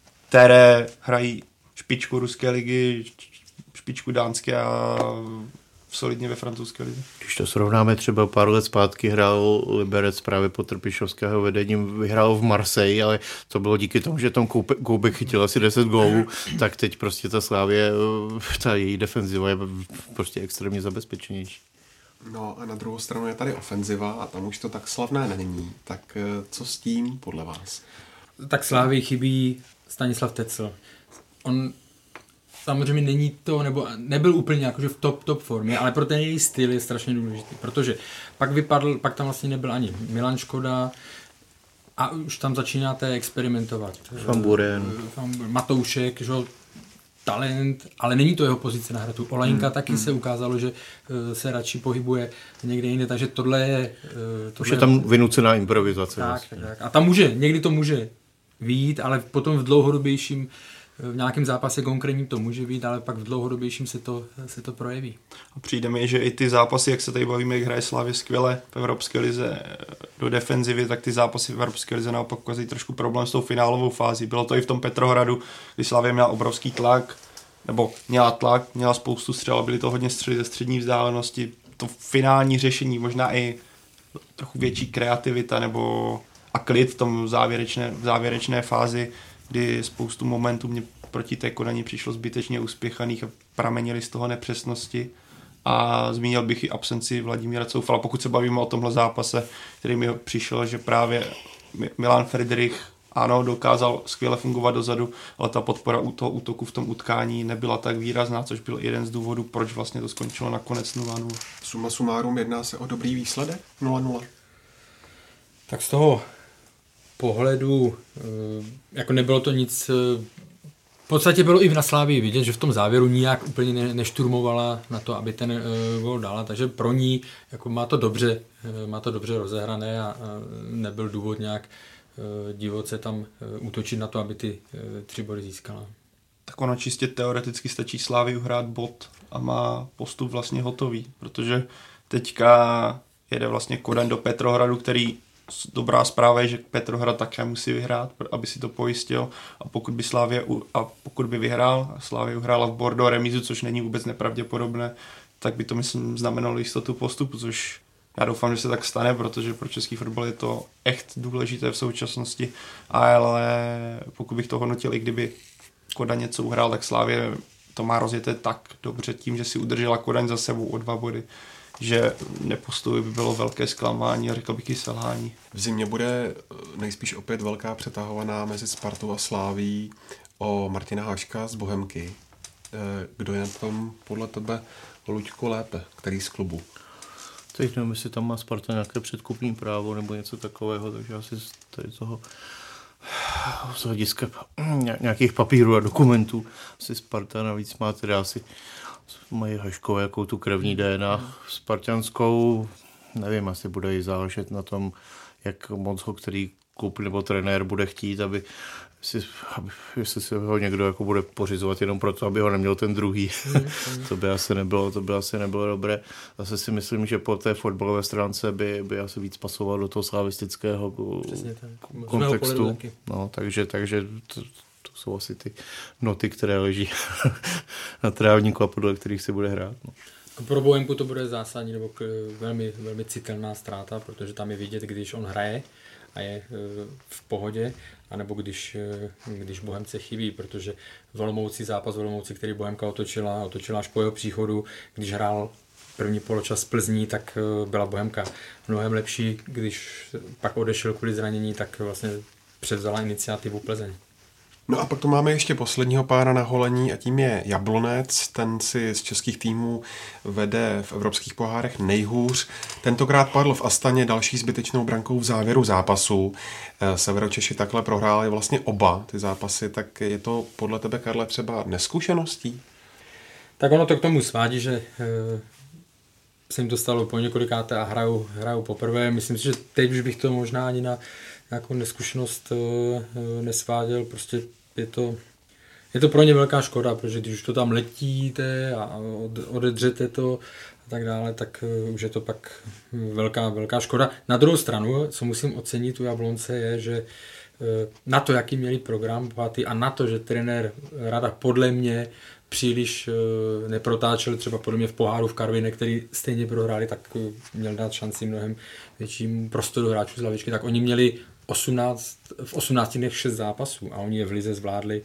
které hrají špičku ruské ligy, špičku dánské a solidně ve francouzské lize. Když to srovnáme třeba pár let zpátky, hrál Liberec právě pod Trpišovského vedením, vyhrál v Marseille, ale to bylo díky tomu, že tam Koubek chytil asi deset gólů, tak teď prostě ta Slavie, ta její defenziva je prostě extrémně zabezpečenější. No a na druhou stranu je tady ofenziva a tam už to tak slavné není. Tak co s tím podle vás? Tak Slávii chybí Stanislav Tecl. On samozřejmě není to, nebo nebyl úplně jakože v top, top formě, ale pro ten její styl je strašně důležitý, protože pak vypadl, pak tam vlastně nebyl ani Milan Škoda a už tam začínáte experimentovat. Van Buren. Matoušek, že talent, ale není to jeho pozice na hratu. Olajinka hmm. taky hmm. se ukázalo, že se radši pohybuje někde jinde, takže tohle je... Tohle už je tam vynucená improvizace. Tak, vlastně. tak, tak. A tam může, někdy to může vyjít, ale potom v dlouhodobějším v nějakém zápase konkrétním to může být, ale pak v dlouhodobějším se to, se to projeví. A přijde mi, že i ty zápasy, jak se tady bavíme, jak hraje Slavia skvěle v Evropské lize do defenzivy, tak ty zápasy v Evropské lize naopak ukazují trošku problém s tou finálovou fází. Bylo to i v tom Petrohradu, kdy Slavia měla obrovský tlak, nebo měla tlak, měla spoustu střel, byly to hodně střely ze střední vzdálenosti. To finální řešení, možná i trochu větší kreativita nebo a klid v tom závěrečné, v závěrečné fázi, kdy spoustu momentů mě proti té Kodani přišlo zbytečně uspěchaných a pramenili z toho nepřesnosti. A zmínil bych i absenci Vladimíra Coufala, pokud se bavíme o tomhle zápase, který mi přišel, že právě Milan Friedrich ano, dokázal skvěle fungovat dozadu, ale ta podpora u toho útoku v tom utkání nebyla tak výrazná, což byl jeden z důvodů, proč vlastně to skončilo nakonec nula nula. Suma sumárum, jedná se o dobrý výsledek nula nula? Tak z toho pohledu, jako nebylo to nic, v podstatě bylo i v Slávii vidět, že v tom závěru nijak úplně ne, nešturmovala na to, aby ten uh, gól dala, takže pro ní jako má to dobře, uh, má to dobře rozehrané a, a nebyl důvod nějak uh, divoce tam uh, útočit na to, aby ty uh, tři body získala. Tak ono čistě teoreticky stačí Slávii uhrát bod a má postup vlastně hotový, protože teďka jede vlastně Kodaň do Petrohradu, který dobrá zpráva je, že Petrohrad také musí vyhrát, aby si to pojistil, a pokud by Slavia a pokud by vyhrál a Slavia uhrála v Bordeaux remízu, což není vůbec nepravděpodobné, tak by to myslím znamenalo jistotu postupu, což já doufám, že se tak stane, protože pro český fotbal je to echt důležité v současnosti, ale pokud bych to hodnotil, i kdyby Kodaň něco uhrál, tak Slavia to má rozjeté tak dobře tím, že si udržela Kodaň za sebou o dva body, že nepostupy by bylo velké zklamání a řekl bych i selhání. V zimě bude nejspíš opět velká přetahovaná mezi Spartou a Slavií o Martina Haška z Bohemky. Kdo je na tom podle tebe, Luďko, lépe? Který z klubu? Teď nevím, jestli tam má Sparta nějaké předkupní právo nebo něco takového, takže asi tady toho z hlediska nějakých papírů a dokumentů asi Sparta navíc má teda asi mají Haškové jakou tu krevní D N A spartanskou, nevím, asi bude i záležet na tom, jak moc ho který klub nebo trenér bude chtít, aby si, aby, jestli si ho někdo jako bude pořizovat jenom proto, aby ho neměl ten druhý. to by asi nebylo, to by asi nebylo dobré. Zase si myslím, že po té fotbalové stránce by, by asi víc pasoval do toho slavistického kontextu. No, takže, takže to, to jsou asi ty noty, které leží na trávníku a podle kterých se bude hrát. No. Pro Bohemku to bude zásadní nebo velmi, velmi citelná ztráta, protože tam je vidět, když on hraje a je v pohodě, anebo když, když Bohemce chybí, protože v Olomouci zápas v Olomouci, který Bohemka otočila, otočila až po jeho příchodu, když hrál první poločas Plzní, tak byla Bohemka mnohem lepší, když pak odešel kvůli zranění, tak vlastně převzala iniciativu Plzeň. No a pak tu máme ještě posledního pára na holení a tím je Jablonec. Ten si z českých týmů vede v evropských pohárech nejhůř. Tentokrát padl v Astaně další zbytečnou brankou v závěru zápasu. Severočeši takhle prohráli vlastně oba ty zápasy, tak je to podle tebe, Karle, třeba neskušeností? Tak ono to k tomu svádí, že e, se jim to stalo po několikáté a hrajou, hrajou poprvé. Myslím si, že teď už bych to možná ani na nějakou neskušenost e, nesváděl. Prostě je to, je to pro ně velká škoda, protože když už to tam letíte a odedřete to a tak dále, tak už je to pak velká, velká škoda. Na druhou stranu, co musím ocenit u Jablonce, je, že na to, jaký měli program bohatý a na to, že trenér Rada podle mě příliš neprotáčel, třeba podle mě v poháru v Karviné, který stejně prohráli, tak měl dát šanci mnohem větším prostoru hráčů z lavičky, tak oni měli osmnáct, v osmnácti dnech šest zápasů a oni je v lize zvládli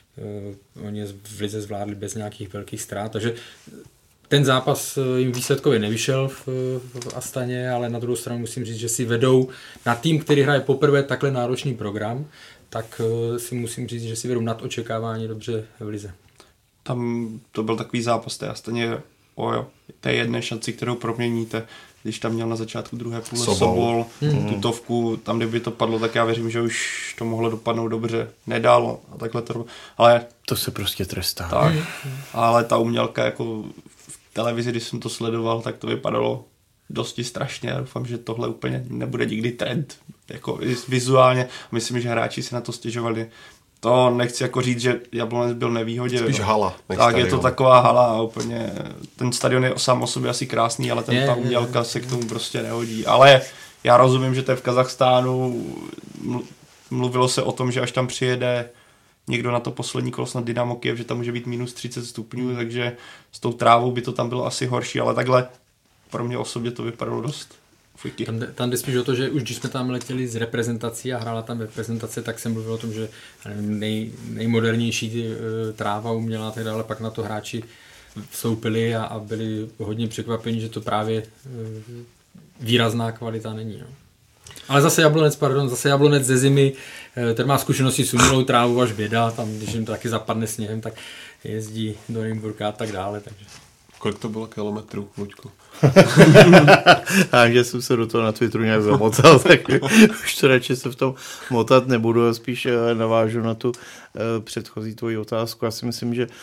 uh, oni je v lize zvládli bez nějakých velkých ztrát, takže ten zápas jim výsledkově nevyšel v, v Astaně, ale na druhou stranu musím říct, že si vedou na tým, který hraje poprvé takhle náročný program, tak uh, si musím říct, že si vedou nad očekávání dobře v lize. Tam to byl takový zápas té Astaně o jo, té jedné šanci, kterou proměníte, když tam měl na začátku druhé půle Sobol, Sobol mm. tutovku, tam kdyby to padlo, tak já věřím, že už to mohlo dopadnout dobře. Nedalo a takhle to, ale to se prostě trestá. Tak, ale ta umělka jako v televizi, když jsem to sledoval, tak to vypadalo dosti strašně. Já doufám, že tohle úplně nebude nikdy trend. Jako vizuálně, myslím, že hráči si na to stěžovali. to nechci jako říct, že Jablonec byl nevýhodě. Spíš hala. Tak stadion. Je to taková hala a úplně, ten stadion je sám o sobě asi krásný, ale ten, ta umělka se k tomu prostě nehodí. Ale já rozumím, že to je v Kazachstánu, mluvilo se o tom, že až tam přijede někdo na to poslední kolo, snad Dynamo Kyjev, že tam může být minus třicet stupňů, takže s tou trávou by to tam bylo asi horší, ale takhle pro mě osobně to vypadalo dost fujky. Tam, tam jde spíš o to, že už když jsme tam letěli z reprezentací a hrála tam reprezentace, tak jsem mluvil o tom, že nej, nejmodernější tráva uměla, tak dále, pak na to hráči vstoupili a, a byli hodně překvapeni, že to právě výrazná kvalita není. No. Ale zase Jablonec, pardon, zase Jablonec ze zimy, ten má zkušenosti s umělou trávou až běda, tam když jim to taky zapadne sněhem, tak jezdí do Nymburka a tak dále. Takže. Kolik to bylo kilometrů, Luďku? A že jsem se do toho na Twitteru nějak zamotal, tak už to radši se v tom motat nebudu, a spíš navážu na tu předchozí tvoji otázku. Já si myslím, že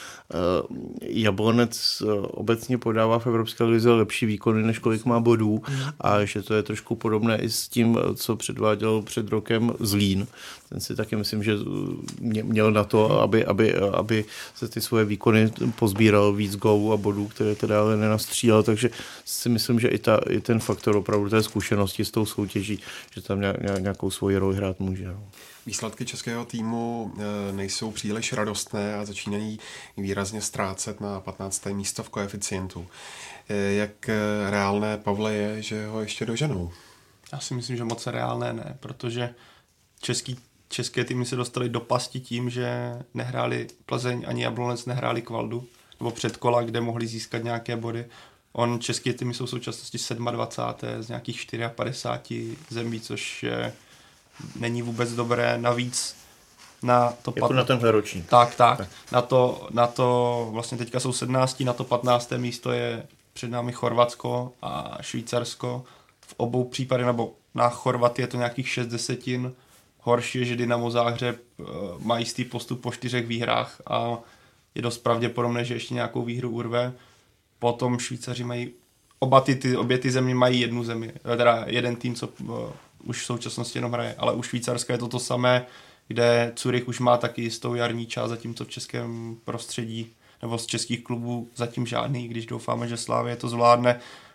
Jablonec obecně podává v Evropské lize lepší výkony, než kolik má bodů, a že to je trošku podobné i s tím, co předváděl před rokem Zlín. Ten si taky myslím, že měl na to, aby, aby, aby se ty svoje výkony pozbíral víc gólů a bodů, které teda ale nenastřílel, takže si myslím, že i, ta, i ten faktor opravdu té zkušenosti s tou soutěží, že tam nějakou svoji roli hrát může. No. Výsledky českého týmu nejsou příliš radostné a začínají výrazně ztrácet na patnácté místo v koeficientu. Jak reálné, Pavle, je, že ho ještě doženou? Já si myslím, že moc reálné ne, protože český, české týmy se dostaly do pasti tím, že nehráli Plzeň ani Jablonec nehráli Kvaldu, nebo předkola, kde mohli získat nějaké body. On, české týmy jsou v současnosti dvacáté sedmé z nějakých padesát čtyři zemí, což je, není vůbec dobré. Navíc na to... Jako pat... na tenhle ročník. Tak, tak. tak. Na, to, na to vlastně teďka jsou sedmnáct, na to patnácté místo je před námi Chorvatsko a Švýcarsko. V obou případech, nebo na Chorvaty je to nějakých šest desetin. Horší je, že Dynamo Záhřeb má jistý postup po čtyřech výhrách a je dost pravděpodobné, že ještě nějakou výhru urve. Potom Švýcaři mají, oba ty, ty, obě ty země mají jednu zemi, teda jeden tým, co uh, už v současnosti jenom hraje, ale u Švýcarska je to to samé, kde Zurich už má taky jistou jarní část, zatímco v českém prostředí nebo z českých klubů zatím žádný, když doufáme, že Slavia to zvládne.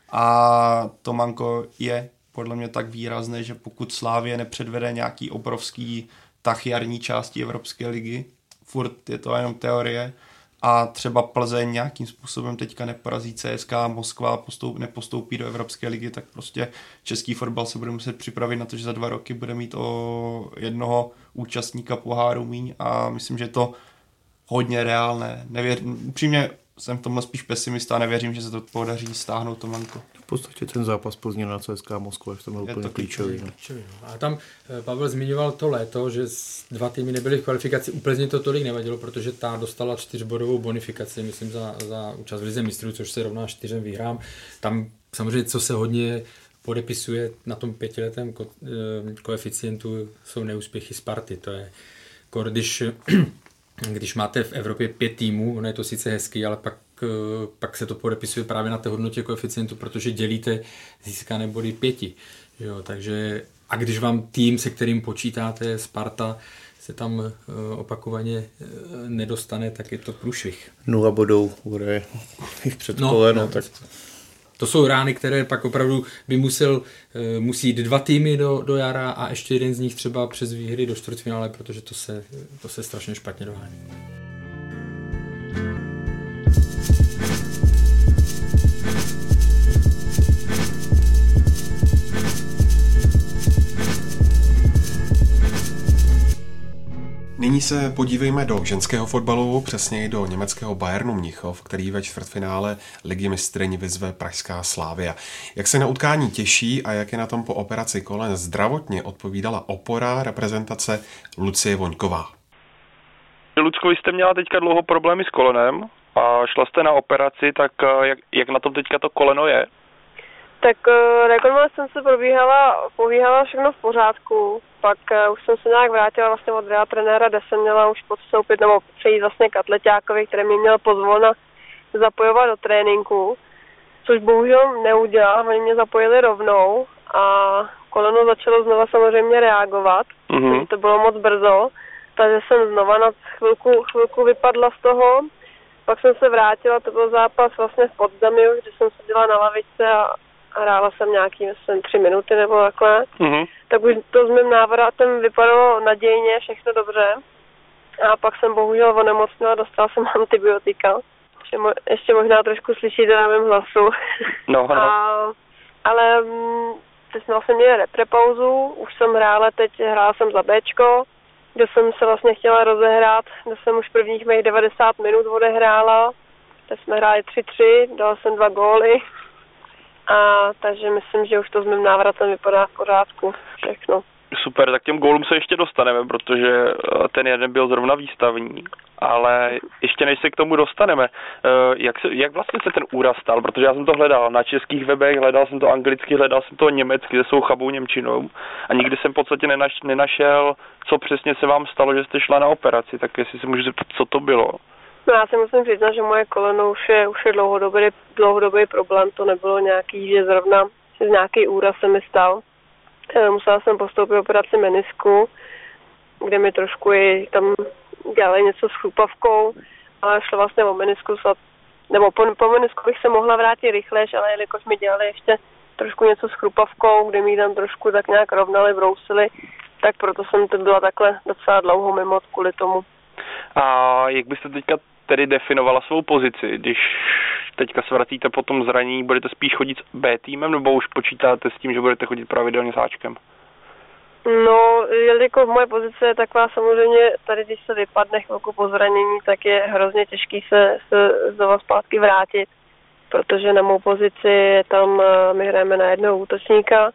A to manko je podle mě tak výrazné, že pokud Slavia nepředvede nějaký obrovský tah jarní části Evropské ligy, furt je to jenom teorie, a třeba Plzeň nějakým způsobem teďka neporazí C S K, Moskva postoup, nepostoupí do Evropské ligy, tak prostě český fotbal se bude muset připravit na to, že za dva roky bude mít o jednoho účastníka poháru míň, a myslím, že je to hodně reálné. Nevěř, upřímně jsem v tomhle spíš pesimista a nevěřím, že se to podaří stáhnout to manko. V podstatě ten zápas Plzně na C S K a Moskva je v tomhle úplně klíčový. klíčový. A tam Pavel zmiňoval to léto, že dva týmy nebyly v kvalifikaci, u Plzně to tolik nevadilo, protože ta dostala čtyřbodovou bonifikaci, myslím, za, za účast v lize mistrů, což se rovná čtyřem výhrám. Tam samozřejmě, co se hodně podepisuje na tom pětiletém ko, koeficientu, jsou neúspěchy Sparty. To je, když, když máte v Evropě pět týmů, ono je to sice hezký, ale pak pak se to podepisuje právě na té hodnotě koeficientu, protože dělíte získané body pěti. Jo, takže, a když vám tým, se kterým počítáte, Sparta, se tam opakovaně nedostane, tak je to průšvih. Nula bodů bude jich před no, kole, no, tak... To jsou rány, které pak opravdu by musel, musí jít dva týmy do, do jara a ještě jeden z nich třeba přes výhry do čtvrtfinále, protože to se, to se strašně špatně dohání. Nyní se podívejme do ženského fotbalu, přesněji do německého Bayernu Mnichov, který ve čtvrtfinále Ligy mistryň vyzve pražská Slavia. Jak se na utkání těší a jak je na tom po operaci kolen zdravotně, odpovídala opora reprezentace Lucie Voňková. Lucko, vy jste měla teďka dlouho problémy s kolenem a šla jste na operaci, tak jak, jak na tom teďka to koleno je? Tak rekonvalescence probíhala, probíhala všechno v pořádku, pak uh, už jsem se nějak vrátila vlastně od Rea trenéra, kde jsem měla už podstoupit nebo přejít vlastně k atleťákovi, který mě měl pozvolna zapojovat do tréninku, což bohužel neudělal, oni mě zapojili rovnou a koleno začalo znova samozřejmě reagovat, mm-hmm. to bylo moc brzo takže jsem znova na chvilku, chvilku vypadla z toho. Pak jsem se vrátila, to byl zápas vlastně v Potsdamiu, kde jsem seděla na lavičce a, a hrála jsem nějaký, myslím, tři minuty nebo takhle. Mm-hmm. Tak už to s mým návratem vypadalo nadějně, všechno dobře. A pak jsem bohužel onemocnila, dostala jsem antibiotika. Ještě, mo- ještě možná trošku slyšíte na mém hlasu. No, no. A, ale m, teď jsme vlastně měli reprepauzu, už jsem hrála, teď hrála jsem za Bčko, kde jsem se vlastně chtěla rozehrát, kde jsem už prvních mých devadesát minut odehrála. Teď jsme hráli tři tři, dala jsem dva góly. A takže myslím, že už to s mým návratem vypadá v pořádku všechno. Super, tak těm gólům se ještě dostaneme, protože ten jeden byl zrovna výstavní, ale ještě než se k tomu dostaneme, jak, se, jak vlastně se ten úraz stal, protože já jsem to hledal na českých webech, hledal jsem to anglicky, hledal jsem to německy, se svou chabou němčinou a nikdy jsem v podstatě nenaš, nenašel, co přesně se vám stalo, že jste šla na operaci, tak jestli se můžu zeptat, co to bylo. No já si musím přiznat, že moje koleno už je, už je dlouhodobý, dlouhodobý problém, to nebylo nějaký, že zrovna že nějaký úraz se mi stal. Musela jsem postoupit operaci menisku, kde mi trošku i tam dělali něco s chrupavkou, ale šlo vlastně o meniskus, nebo po, po menisku bych se mohla vrátit rychlejš, ale jelikož mi dělali ještě trošku něco s chrupavkou, kde mi tam trošku tak nějak rovnali, brousili, tak proto jsem to byla takhle docela dlouho mimo kvůli tomu. A jak byste teďka tedy definovala svou pozici, když teďka se vracíte po tom zranění, budete spíš chodit s B týmem, nebo už počítáte s tím, že budete chodit pravidelně s Ačkem? No, jelikož moje pozice je taková samozřejmě, tady když se vypadne chvilku po zranění, tak je hrozně těžký se, se znova zpátky vrátit, protože na mou pozici tam my hrajeme na jednoho útočníka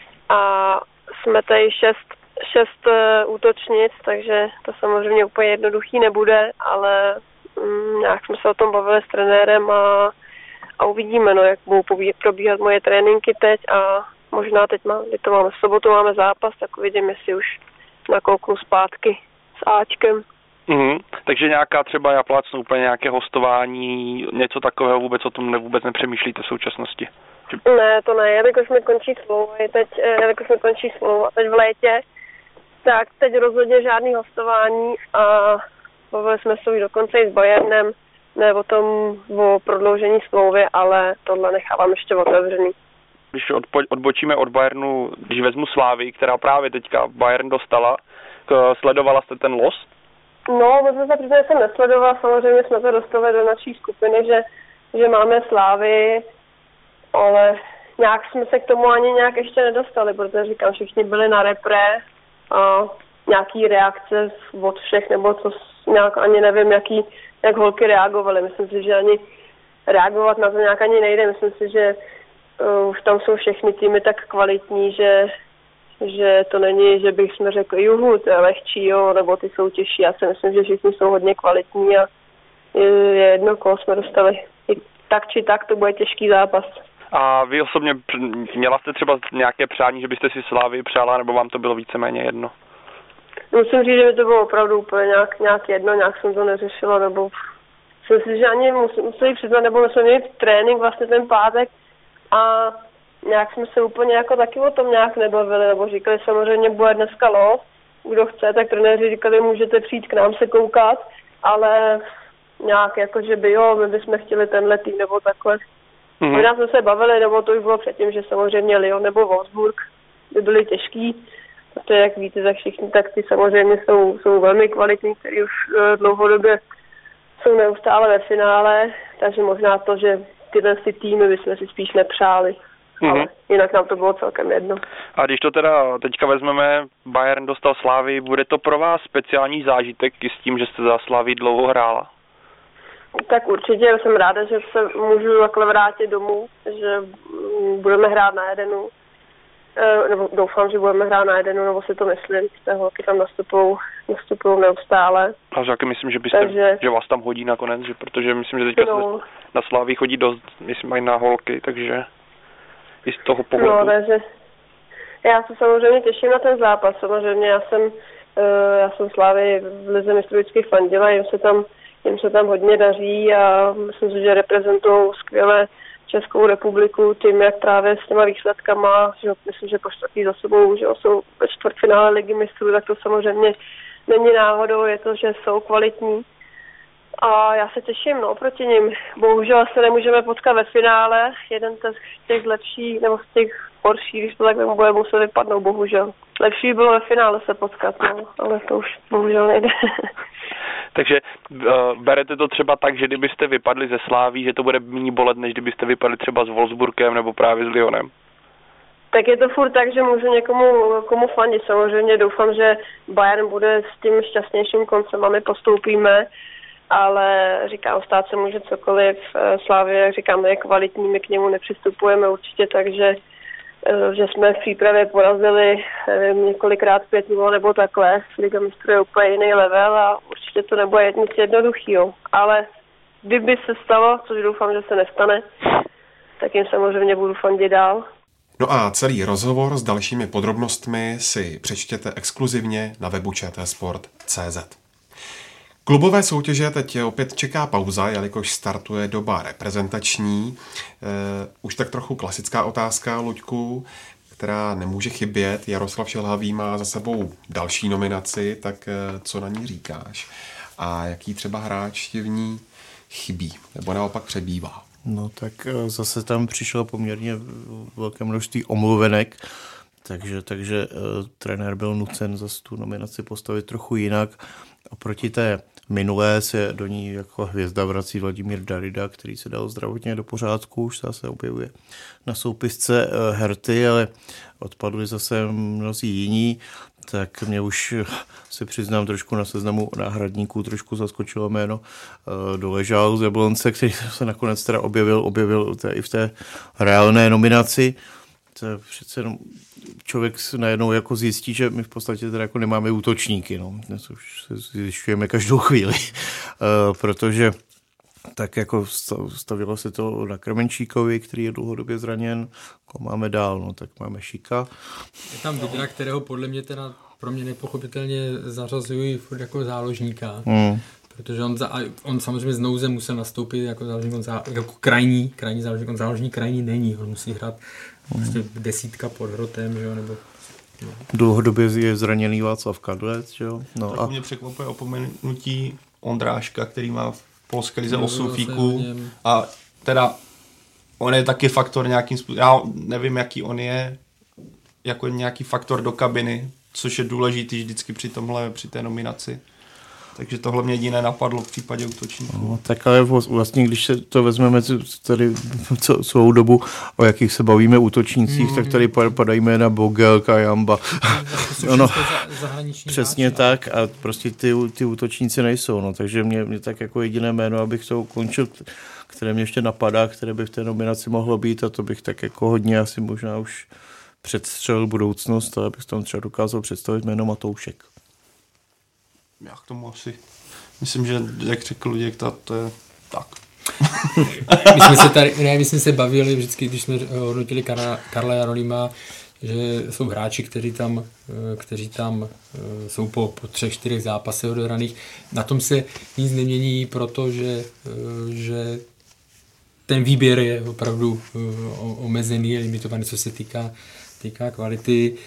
a jsme tady šest, šest útočnic, takže to samozřejmě úplně jednoduchý nebude, ale mm, nějak jsme se o tom bavili s trenérem a, a uvidíme, no, jak budou probíhat moje tréninky teď a možná teď má, to máme v sobotu, máme zápas, tak uvidím, jestli už nakouknu zpátky s Ačkem. Mm-hmm. Takže nějaká třeba, já plácnu úplně nějaké hostování, něco takového vůbec o tom ne, vůbec nepřemýšlíte v současnosti? Ne, to ne, jelikož mi končí smlouvy, teď, jelikož mi končí smlouva teď v létě, tak teď rozhodně žádný hostování a bavili jsme se už dokonce i s Bayernem, ne o tom, o prodloužení smlouvy, ale tohle nechávám ještě otevřený. Když odpo- odbočíme od Bayernu, když vezmu Slávy, která právě teďka Bayern dostala, k, sledovala jste ten los? No, protože se přiznám, jsem nesledovala, samozřejmě jsme to dostali do naší skupiny, že, že máme Slávy, ale nějak jsme se k tomu ani nějak ještě nedostali, protože říkám, všichni byli na repre a nějaký reakce od všech, nebo co nějak ani nevím, jaký, jak holky reagovaly. Myslím si, že ani reagovat na to nějak ani nejde. Myslím si, že uh, už tam jsou všechny týmy tak kvalitní, že, že to není, že bych jsme řekli, juhu, to je lehčí, jo, nebo ty jsou těžší. Já si myslím, že všichni jsou hodně kvalitní a je, je jedno, koho jsme dostali. I tak či tak to bude těžký zápas. A vy osobně měla jste třeba nějaké přání, že byste si Slávy přála, nebo vám to bylo víceméně jedno? Musím říct, že mi to bylo opravdu úplně nějak, nějak jedno, nějak jsem to neřešila, nebo myslím si, že ani musím, musím přiznat, nebo my jsme měli trénink vlastně ten pátek a nějak jsme se úplně jako taky o tom nějak nebavili, nebo říkali samozřejmě bude dneska los, kdo chce, tak trenéři říkali, můžete přijít k nám se koukat, ale nějak jako, že by jo, my bychom chtěli tenhle tým nebo takhle. Mm-hmm. Možná jsme se bavili, nebo to už bylo předtím, že samozřejmě Lyon nebo Wolfsburg by byly těžký, protože jak víte, tak všichni tak ty samozřejmě jsou, jsou velmi kvalitní, kteří už uh, dlouhodobě jsou neustále ve finále, takže možná to, že tyhle si týmy bychom si spíš nepřáli. Mm-hmm. Ale jinak nám to bylo celkem jedno. A když to teda teďka vezmeme, Bayern dostal Slávy, bude to pro vás speciální zážitek i s tím, že jste za Slávy dlouho hrála? Tak určitě jsem ráda, že se můžu takhle vrátit domů, že budeme hrát na jedenu. E, nebo doufám, že budeme hrát na jedenu, nebo si to myslím, že holky tam nastupují, nastupují neustále. A taky myslím, že byste, takže, že vás tam hodí nakonec, že, protože myslím, že teďka no. se na Slávy chodí dost, myslím, mají na holky, takže i z toho pohledu. No, takže já se samozřejmě těším na ten zápas, samozřejmě já jsem, já jsem Slávy v lize mistrů vždycky fandila, jim se tam jim se tam hodně daří a myslím si, že reprezentují skvěle Českou republiku tím, jak právě s těma výsledkama, že myslím, že po čtvrtý za sebou, že jsou ve čtvrtfinále ligy mistrů, tak to samozřejmě není náhodou, je to, že jsou kvalitní. A já se těším, no, proti nim. Bohužel se nemůžeme potkat ve finále. Jeden z těch lepších, nebo z těch horších, když to tak bude muset vypadnout, bohužel. Lepší bylo ve finále se potkat, no, ale to už bohužel nejde. Takže uh, berete to třeba tak, že kdybyste vypadli ze Sláví, že to bude méně bolet, než kdybyste vypadli třeba s Wolfsburgem nebo právě s Lyonem? Tak je to furt tak, že můžu někomu komu fandit. Samozřejmě doufám, že Bayern bude s tím šťastnějším koncem a my postoupíme, ale říkám, stát se může cokoliv. Slávě, jak říkám, je kvalitní, my k němu nepřistupujeme určitě, takže že jsme v přípravě porazili nevím, několikrát pět nula nebo takhle. Liga mistrů je úplně jiný level a určitě to nebude nic jednoduchýho. Ale kdyby se stalo, což doufám, že se nestane, tak jim samozřejmě budu fandit dál. No a celý rozhovor s dalšími podrobnostmi si přečtěte exkluzivně na webu č t sport tečka c z. Klubové soutěže teď opět čeká pauza, jelikož startuje doba reprezentační. E, už tak trochu klasická otázka, Luďku, která nemůže chybět. Jaroslav Šilhavý má za sebou další nominaci, tak e, co na ní říkáš? A jaký třeba hráč ti v ní chybí, nebo naopak přebývá? No tak zase tam přišlo poměrně velké množství omluvenek, takže, takže uh, trenér byl nucen zase tu nominaci postavit trochu jinak. Oproti té minulé se do ní jako hvězda vrací Vladimír Darida, který se dal zdravotně do pořádku, už se zase objevuje na soupisce uh, Herty, ale odpadli zase mnozí jiní. Tak mě už se přiznám trošku na seznamu náhradníků, trošku zaskočilo jméno uh, Doležal z Jablonce, který se nakonec teda objevil, objevil i v té reálné nominaci. To je přece jenom člověk najednou jako zjistí, že my v podstatě teda jako nemáme útočníky, no. Dnes už se zjišťujeme každou chvíli, uh, protože tak jako stavilo se to na Krmenčíkovi, který je dlouhodobě zraněn. Ko máme dál, no tak máme Šika. Je tam Vidra, kterého podle mě teda pro mě nepochopitelně zařazují jako záložníka. Hmm. Protože on, za, on samozřejmě z nouze musel nastoupit jako záložník, on zá, jako krajní, krajní záložník, on záložník krajní není, on musí hrát hmm. prostě desítka pod hrotem, že jo, nebo... No. Dlouhodobě je zraněný Václav Kadlec, že jo. No tak a... mě překvapuje opomenutí Ondráška, který má v polské lize osm fíků a teda on je taky faktor nějakým způsobem, já nevím, jaký on je, jako nějaký faktor do kabiny, což je důležitý vždycky při tomhle, při té nominaci. Takže tohle mě jediné napadlo v případě útočníků. No, tak ale vlastně, když se to vezmeme tady celou dobu, o jakých se bavíme útočnících, mm. tak tady padají jména Bogel, Kajamba. No, přesně hráči, tak a prostě ty, ty útočníci nejsou. No, takže mě, mě tak jako jediné jméno, abych to ukončil, které mě ještě napadá, které by v té nominaci mohlo být a to bych tak jako hodně asi možná už předstřelil budoucnost, ale bych tam třeba dokázal představit jméno Matoušek. Já k tomu asi myslím, že jak řekl Luděk, to, to je tak. my jsme se tady, ne, my jsme se bavili vždycky, když jsme hodnotili Karla, Karla Jarolíma, že jsou hráči, kteří tam, kteří tam jsou po, po třech, čtyřech zápasech odehraných. Na tom se nic nemění, protože že ten výběr je opravdu omezený, limitovaný, co se týká, týká kvality.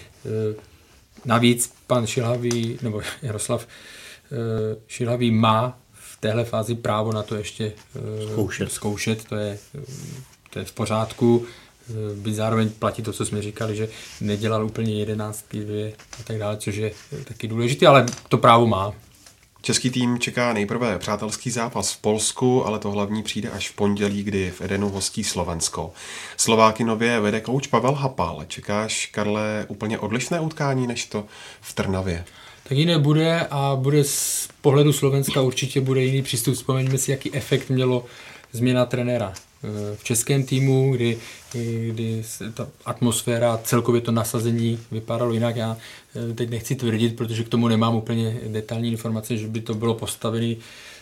Navíc pan Šilhavý, nebo Jaroslav Šilhavý má v téhle fázi právo na to ještě zkoušet, zkoušet to, je, to je v pořádku. Byť zároveň platí to, co jsme říkali, že nedělal úplně jedenáctky, dvě a tak dále, což je taky důležité, ale to právo má. Český tým čeká nejprve přátelský zápas v Polsku, ale to hlavní přijde až v pondělí, kdy v Edenu hostí Slovensko. Slováky nově vede kouč Pavel Hapal. Čekáš, Karle, úplně odlišné utkání než to v Trnavě? Tak jiné bude a bude z pohledu Slovenska určitě bude jiný přístup. Vzpomeňme si, jaký efekt mělo změna trenéra v českém týmu, kdy, kdy ta atmosféra, celkově to nasazení vypadalo jinak. Já teď nechci tvrdit, protože k tomu nemám úplně detailní informace, že by to bylo postavený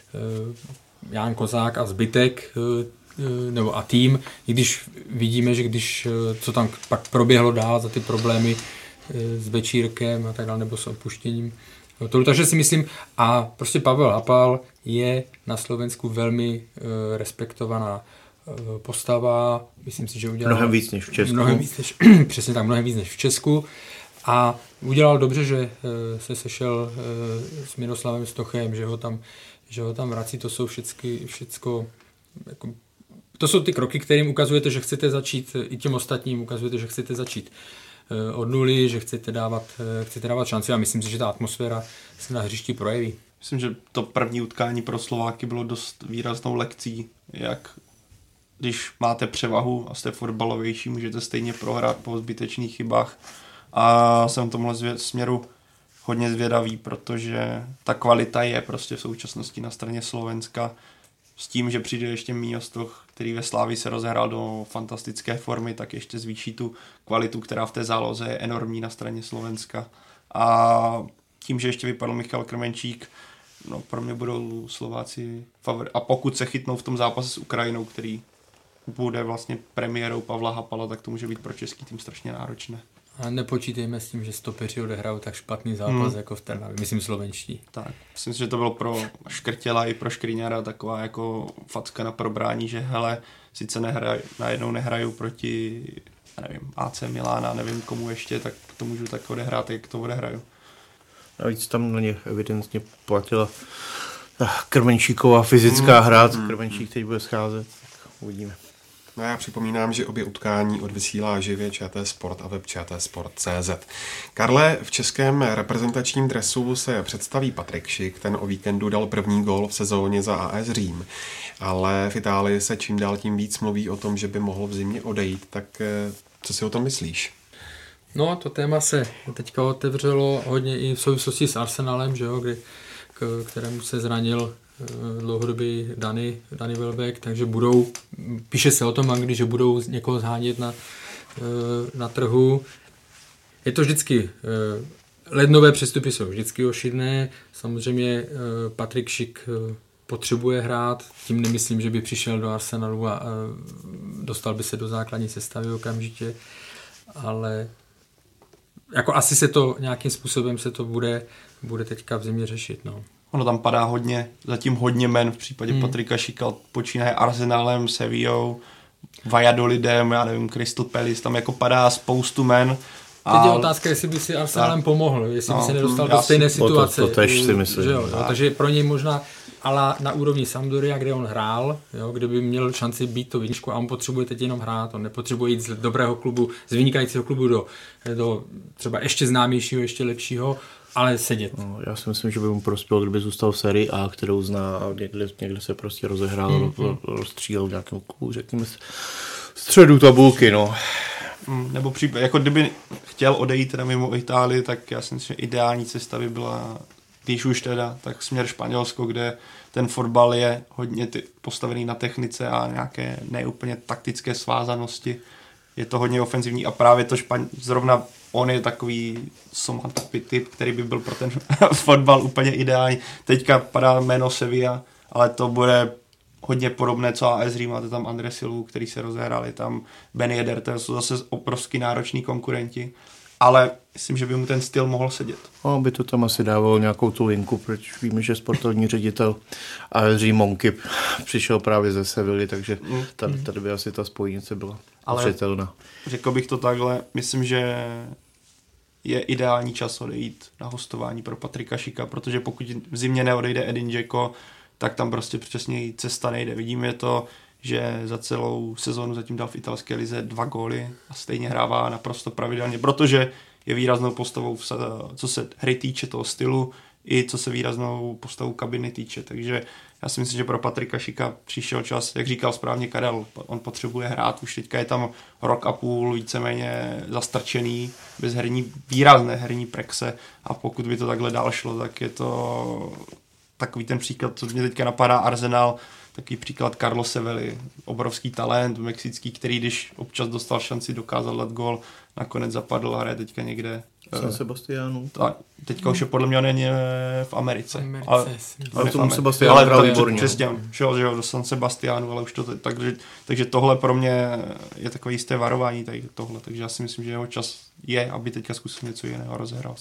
Jan Kozák a zbytek nebo a tým, i když vidíme, že když co tam pak proběhlo dál za ty problémy s večírkem a tak dále, nebo s opuštěním. Takže si myslím, a prostě Pavel Hapal je na Slovensku velmi respektovaná postava, myslím si, že udělal mnohem víc než v Česku. Mnohem víc než, přesně tak, mnohem víc než v Česku A udělal dobře, že se sešel s Miroslavem Stochem, že ho tam, že ho tam vrací, to jsou všechny, všecko, jako, to jsou ty kroky, kterým ukazujete, že chcete začít, i těm ostatním ukazujete, že chcete začít od nuly, že chcete dávat, chcete dávat šanci a myslím si, že ta atmosféra se na hřišti projeví. Myslím, že to první utkání pro Slováky bylo dost výraznou lekcí, jak když máte převahu a jste fotbalovější, můžete stejně prohrát po zbytečných chybách. A jsem v tomhle směru hodně zvědavý, protože ta kvalita je prostě v současnosti na straně Slovenska. S tím, že přijde ještě Míňo Stoch, který ve Slávii se rozehrál do fantastické formy, tak ještě zvýší tu kvalitu, která v té záloze je enormní na straně Slovenska. A tím, že ještě vypadl Michal Krmenčík, no pro mě budou Slováci favorit. A pokud se chytnou v tom zápase s Ukrajinou, který bude vlastně premiérou Pavla Hapala, tak to může být pro český tým strašně náročné. A nepočítejme s tím, že stopeři odehrajou tak špatný zápas hmm. jako v Trnavě, myslím slovenští. Tak, myslím si, že to bylo pro Škrtěla i pro Škriňara taková jako facka na probrání, že hele, sice nehraj, najednou nehraju proti, nevím, á cé Milána, nevím komu ještě, tak to můžu tak odehrát, jak to odehraju. Navíc tam na ně evidentně platila Krmenčíková fyzická hmm. hra, hmm. Krmenčík teď bude scházet, tak uvidíme. No já připomínám, že obě utkání odvysílá živě ČT Sport a web čtsport tečka cé zet. Karle, v českém reprezentačním dresu se představí Patrik Šik, ten o víkendu dal první gól v sezóně za á es Řím, ale v Itálii se čím dál tím víc mluví o tom, že by mohl v zimě odejít, tak co si o tom myslíš? No to téma se teďka otevřelo hodně i v souvislosti s Arsenalem, že jo, kdy, k kterému se zranil dlouhodobý Dani, Dani Welbeck, takže budou, píše se o tom Anglii, že budou někoho zhánět na, na trhu. Je to vždycky, lednové přestupy jsou vždycky ošidné, samozřejmě Patrik Šik potřebuje hrát, tím nemyslím, že by přišel do Arsenalu a dostal by se do základní sestavy okamžitě, ale jako asi se to nějakým způsobem se to bude, bude teďka v zimě řešit, no. Ono tam padá hodně, zatím hodně men v případě hmm. Patrika Šika, počínaje Arsenalem, Sevillou, Valladolidem, já nevím, Crystal Palace, tam jako padá spoustu men. Teď je otázka, jestli by si Arsenalem pomohl, jestli no, by se nedostal do stejné situace. To, to tež si myslím. Že jo, jo, takže pro něj možná ale na úrovni Sampdoria, kde on hrál, jo, kde by měl šanci být to jedničku a on potřebuje teď jenom hrát, on nepotřebuje jít z dobrého klubu, z vynikajícího klubu do, do třeba ještě známějšího, ještě lepšího, ale sedět. No, já si myslím, že by mu prospěl, kdyby zůstal v sérii A, kterou zná a někde, někde se prostě rozehrál, mm-hmm. rozstřílel v nějakém klubu, řekněme středu tabulky, no. Mm, nebo případ, jako kdyby chtěl odejít teda mimo Itálii, tak já si myslím, že ideální cesta by byla, když už teda, tak směr Španělsko, kde ten fotbal je hodně ty, postavený na technice a nějaké neúplně taktické svázanosti. Je to hodně ofenzivní a právě to Špaň, zrovna on je takový somatopy typ, který by byl pro ten fotbal úplně ideální. Teďka padá jméno Sevilla, ale to bude hodně podobné, co á es Řím. Máte tam Andre Silvu, který se rozehrál, je tam Ben Yedder, to jsou zase obrovský nároční konkurenti, ale myslím, že by mu ten styl mohl sedět. No, by to tam asi dávalo nějakou tu linku, proč víme, že sportovní ředitel á es Řím Monkip přišel právě ze Sevilly, takže tady, tady by asi ta spojnice byla potřebitelná. Řekl bych to takhle, myslím, že je ideální čas odejít na hostování pro Patrika Šika, protože pokud v zimě neodejde Edin Dzeko, tak tam prostě přesně cesta nejde. Vidíme to, že za celou sezonu zatím dal v italské lize dva góly a stejně hrává naprosto pravidelně, protože je výraznou postavou, co se hry týče toho stylu, i co se výraznou postavou kabiny týče. Takže já si myslím, že pro Patrika Šika přišel čas, jak říkal správně Karel, on potřebuje hrát, už teďka je tam rok a půl víceméně zastrčený, bez herní, výrazné herní praxe a pokud by to takhle dál šlo, tak je to takový ten příklad, co mě teďka napadá Arsenal, takový příklad Carlos Sevelli, obrovský talent mexický, který když občas dostal šanci dokázal dát gól, nakonec zapadl a hraje teďka někde. San Sebastianu. Teďka hmm. už je podle mě on je v Americe. Americe ale ale tomu Sebastianu hrál výborně. Přesně, šel, že jo, do San Sebastianu, ale už to, takže, takže tohle pro mě je takové jisté varování tady tohle, takže já si myslím, že jeho čas je, aby teďka zkusil něco jiného a rozehrál se.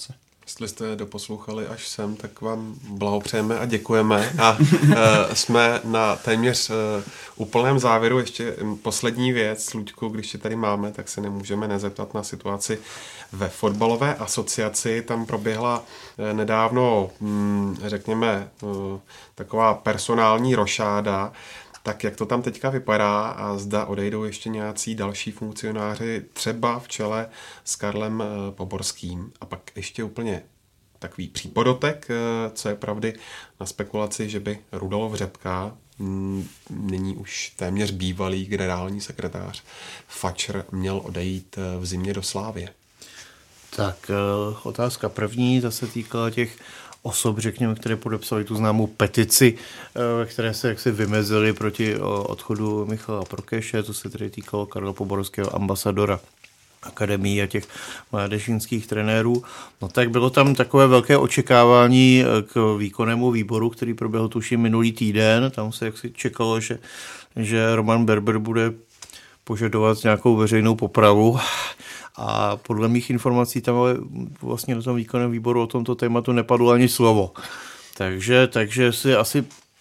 Jestli jste doposlouchali až sem, tak vám blahopřejeme a děkujeme. A e, jsme na téměř e, úplném závěru. Ještě poslední věc, Luďku, když tě tady máme, tak se nemůžeme nezeptat na situaci ve fotbalové asociaci. Tam proběhla e, nedávno, m, řekněme, e, taková personální rošáda. Tak jak to tam teďka vypadá a zda odejdou ještě nějací další funkcionáři, třeba v čele s Karlem Poborským. A pak ještě úplně takový přípodotek, co je pravdy na spekulaci, že by Rudolf Řepka, nyní už téměř bývalý generální sekretář Fatcher, měl odejít v zimě do Slávie. Tak otázka první, ta se týkala těch osob, řekněme, které podepsali tu známou petici, ve které se jaksi vymezili proti odchodu Michala Prokeše, to se tedy týkalo Karla Poborského, ambasadora akademií a těch mládežnických trenérů. No tak bylo tam takové velké očekávání k výkonnému výboru, který proběhl tuším minulý týden. Tam se jaksi čekalo, že, že Roman Berber bude požadovat nějakou veřejnou popravu. A podle mých informací tam ale vlastně na tom výkonném výboru o tomto tématu nepadlo ani slovo. Takže, takže si asi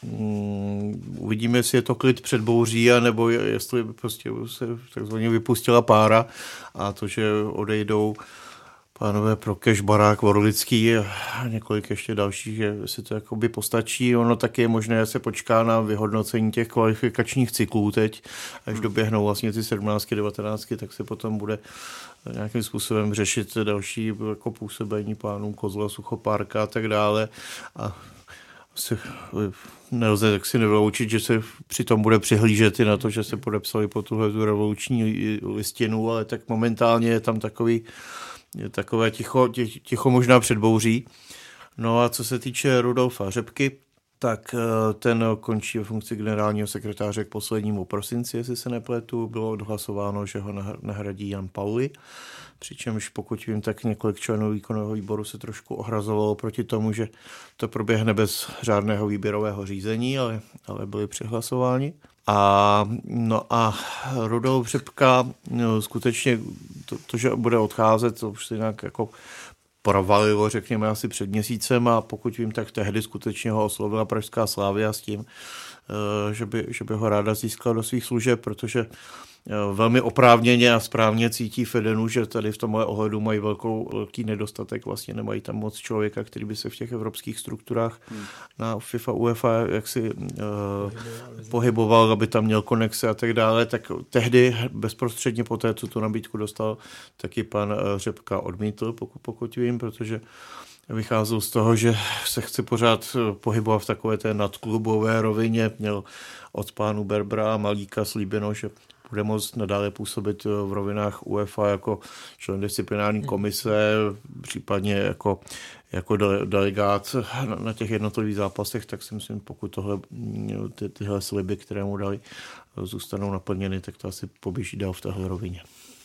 um, uvidíme, jestli je to klid před bouří, anebo jestli prostě se takzvaně vypustila pára a to, že odejdou pánové Prokeš, Barák, Vorlický a několik ještě dalších, že si to jakoby postačí. Ono taky je možné, že se počká na vyhodnocení těch kvalifikačních cyklů teď, až doběhnou vlastně ty sedmnáctky, devatenáctky, tak se potom bude nějakým způsobem řešit další jako působení pánů Kozla, Suchopárka a tak dále. A si, nelze tak si nevyloučit, že se přitom bude přihlížet i na to, že se podepsali po tuhle revoluční listinu, ale tak momentálně je tam takový je takové ticho, ticho možná před bouří. No a co se týče Rudolfa Řepky, tak ten končí ve funkci generálního sekretáře k poslednímu prosinci, jestli se nepletu. Bylo odhlasováno, že ho nahradí Jan Pauli, přičemž pokud vím, tak několik členů výkonného výboru se trošku ohrazovalo proti tomu, že to proběhne bez řádného výběrového řízení, ale, ale byli přehlasováni. A, no a Rudolf Řepka no, skutečně to, to, že bude odcházet, to už se nějak jako provalilo, řekněme, asi před měsícem a pokud vím, tak tehdy skutečně ho oslovila pražská Slavia s tím, že by, že by ho ráda získala do svých služeb, protože velmi oprávněně a správně cítí Fedenu, že tady v tomhle ohledu mají velkou, velký nedostatek, vlastně nemají tam moc člověka, který by se v těch evropských strukturách hmm. na FIFA, UEFA jaksi uh, pohyboval, aby tam měl konexe a tak dále, tak tehdy bezprostředně po té, co tu nabídku dostal, taky pan Řepka odmítl, pokud, pokud vím, protože vycházel z toho, že se chce pořád pohybovat v takové té nadklubové rovině, měl od pánu Berbera a Malíka slíbeno, že bude moct nadále působit v rovinách UEFA jako člen disciplinární komise, případně jako, jako delegát na těch jednotlivých zápasech, tak si myslím, pokud tohle, ty, tyhle sliby, které mu dali, zůstanou naplněny, tak to asi poběží dál v téhle rovině.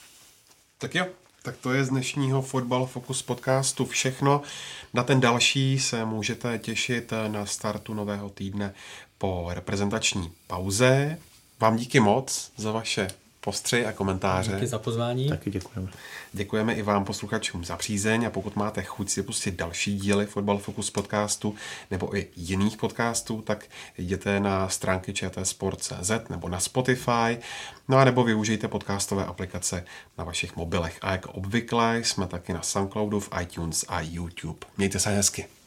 Tak jo. Tak to je z dnešního Fotbal Focus podcastu všechno. Na ten další se můžete těšit na startu nového týdne po reprezentační pauze. Vám díky moc za vaše postřehy a komentáře. Díky za pozvání. Taky děkujeme. Děkujeme i vám posluchačům za přízeň a pokud máte chuť si pustit další díly Fotbal Focus podcastu nebo i jiných podcastů, tak jděte na stránky č t sport tečka cé zet nebo na Spotify, no a nebo využijte podcastové aplikace na vašich mobilech. A jako obvykle jsme taky na Soundcloudu, v iTunes a YouTube. Mějte se hezky.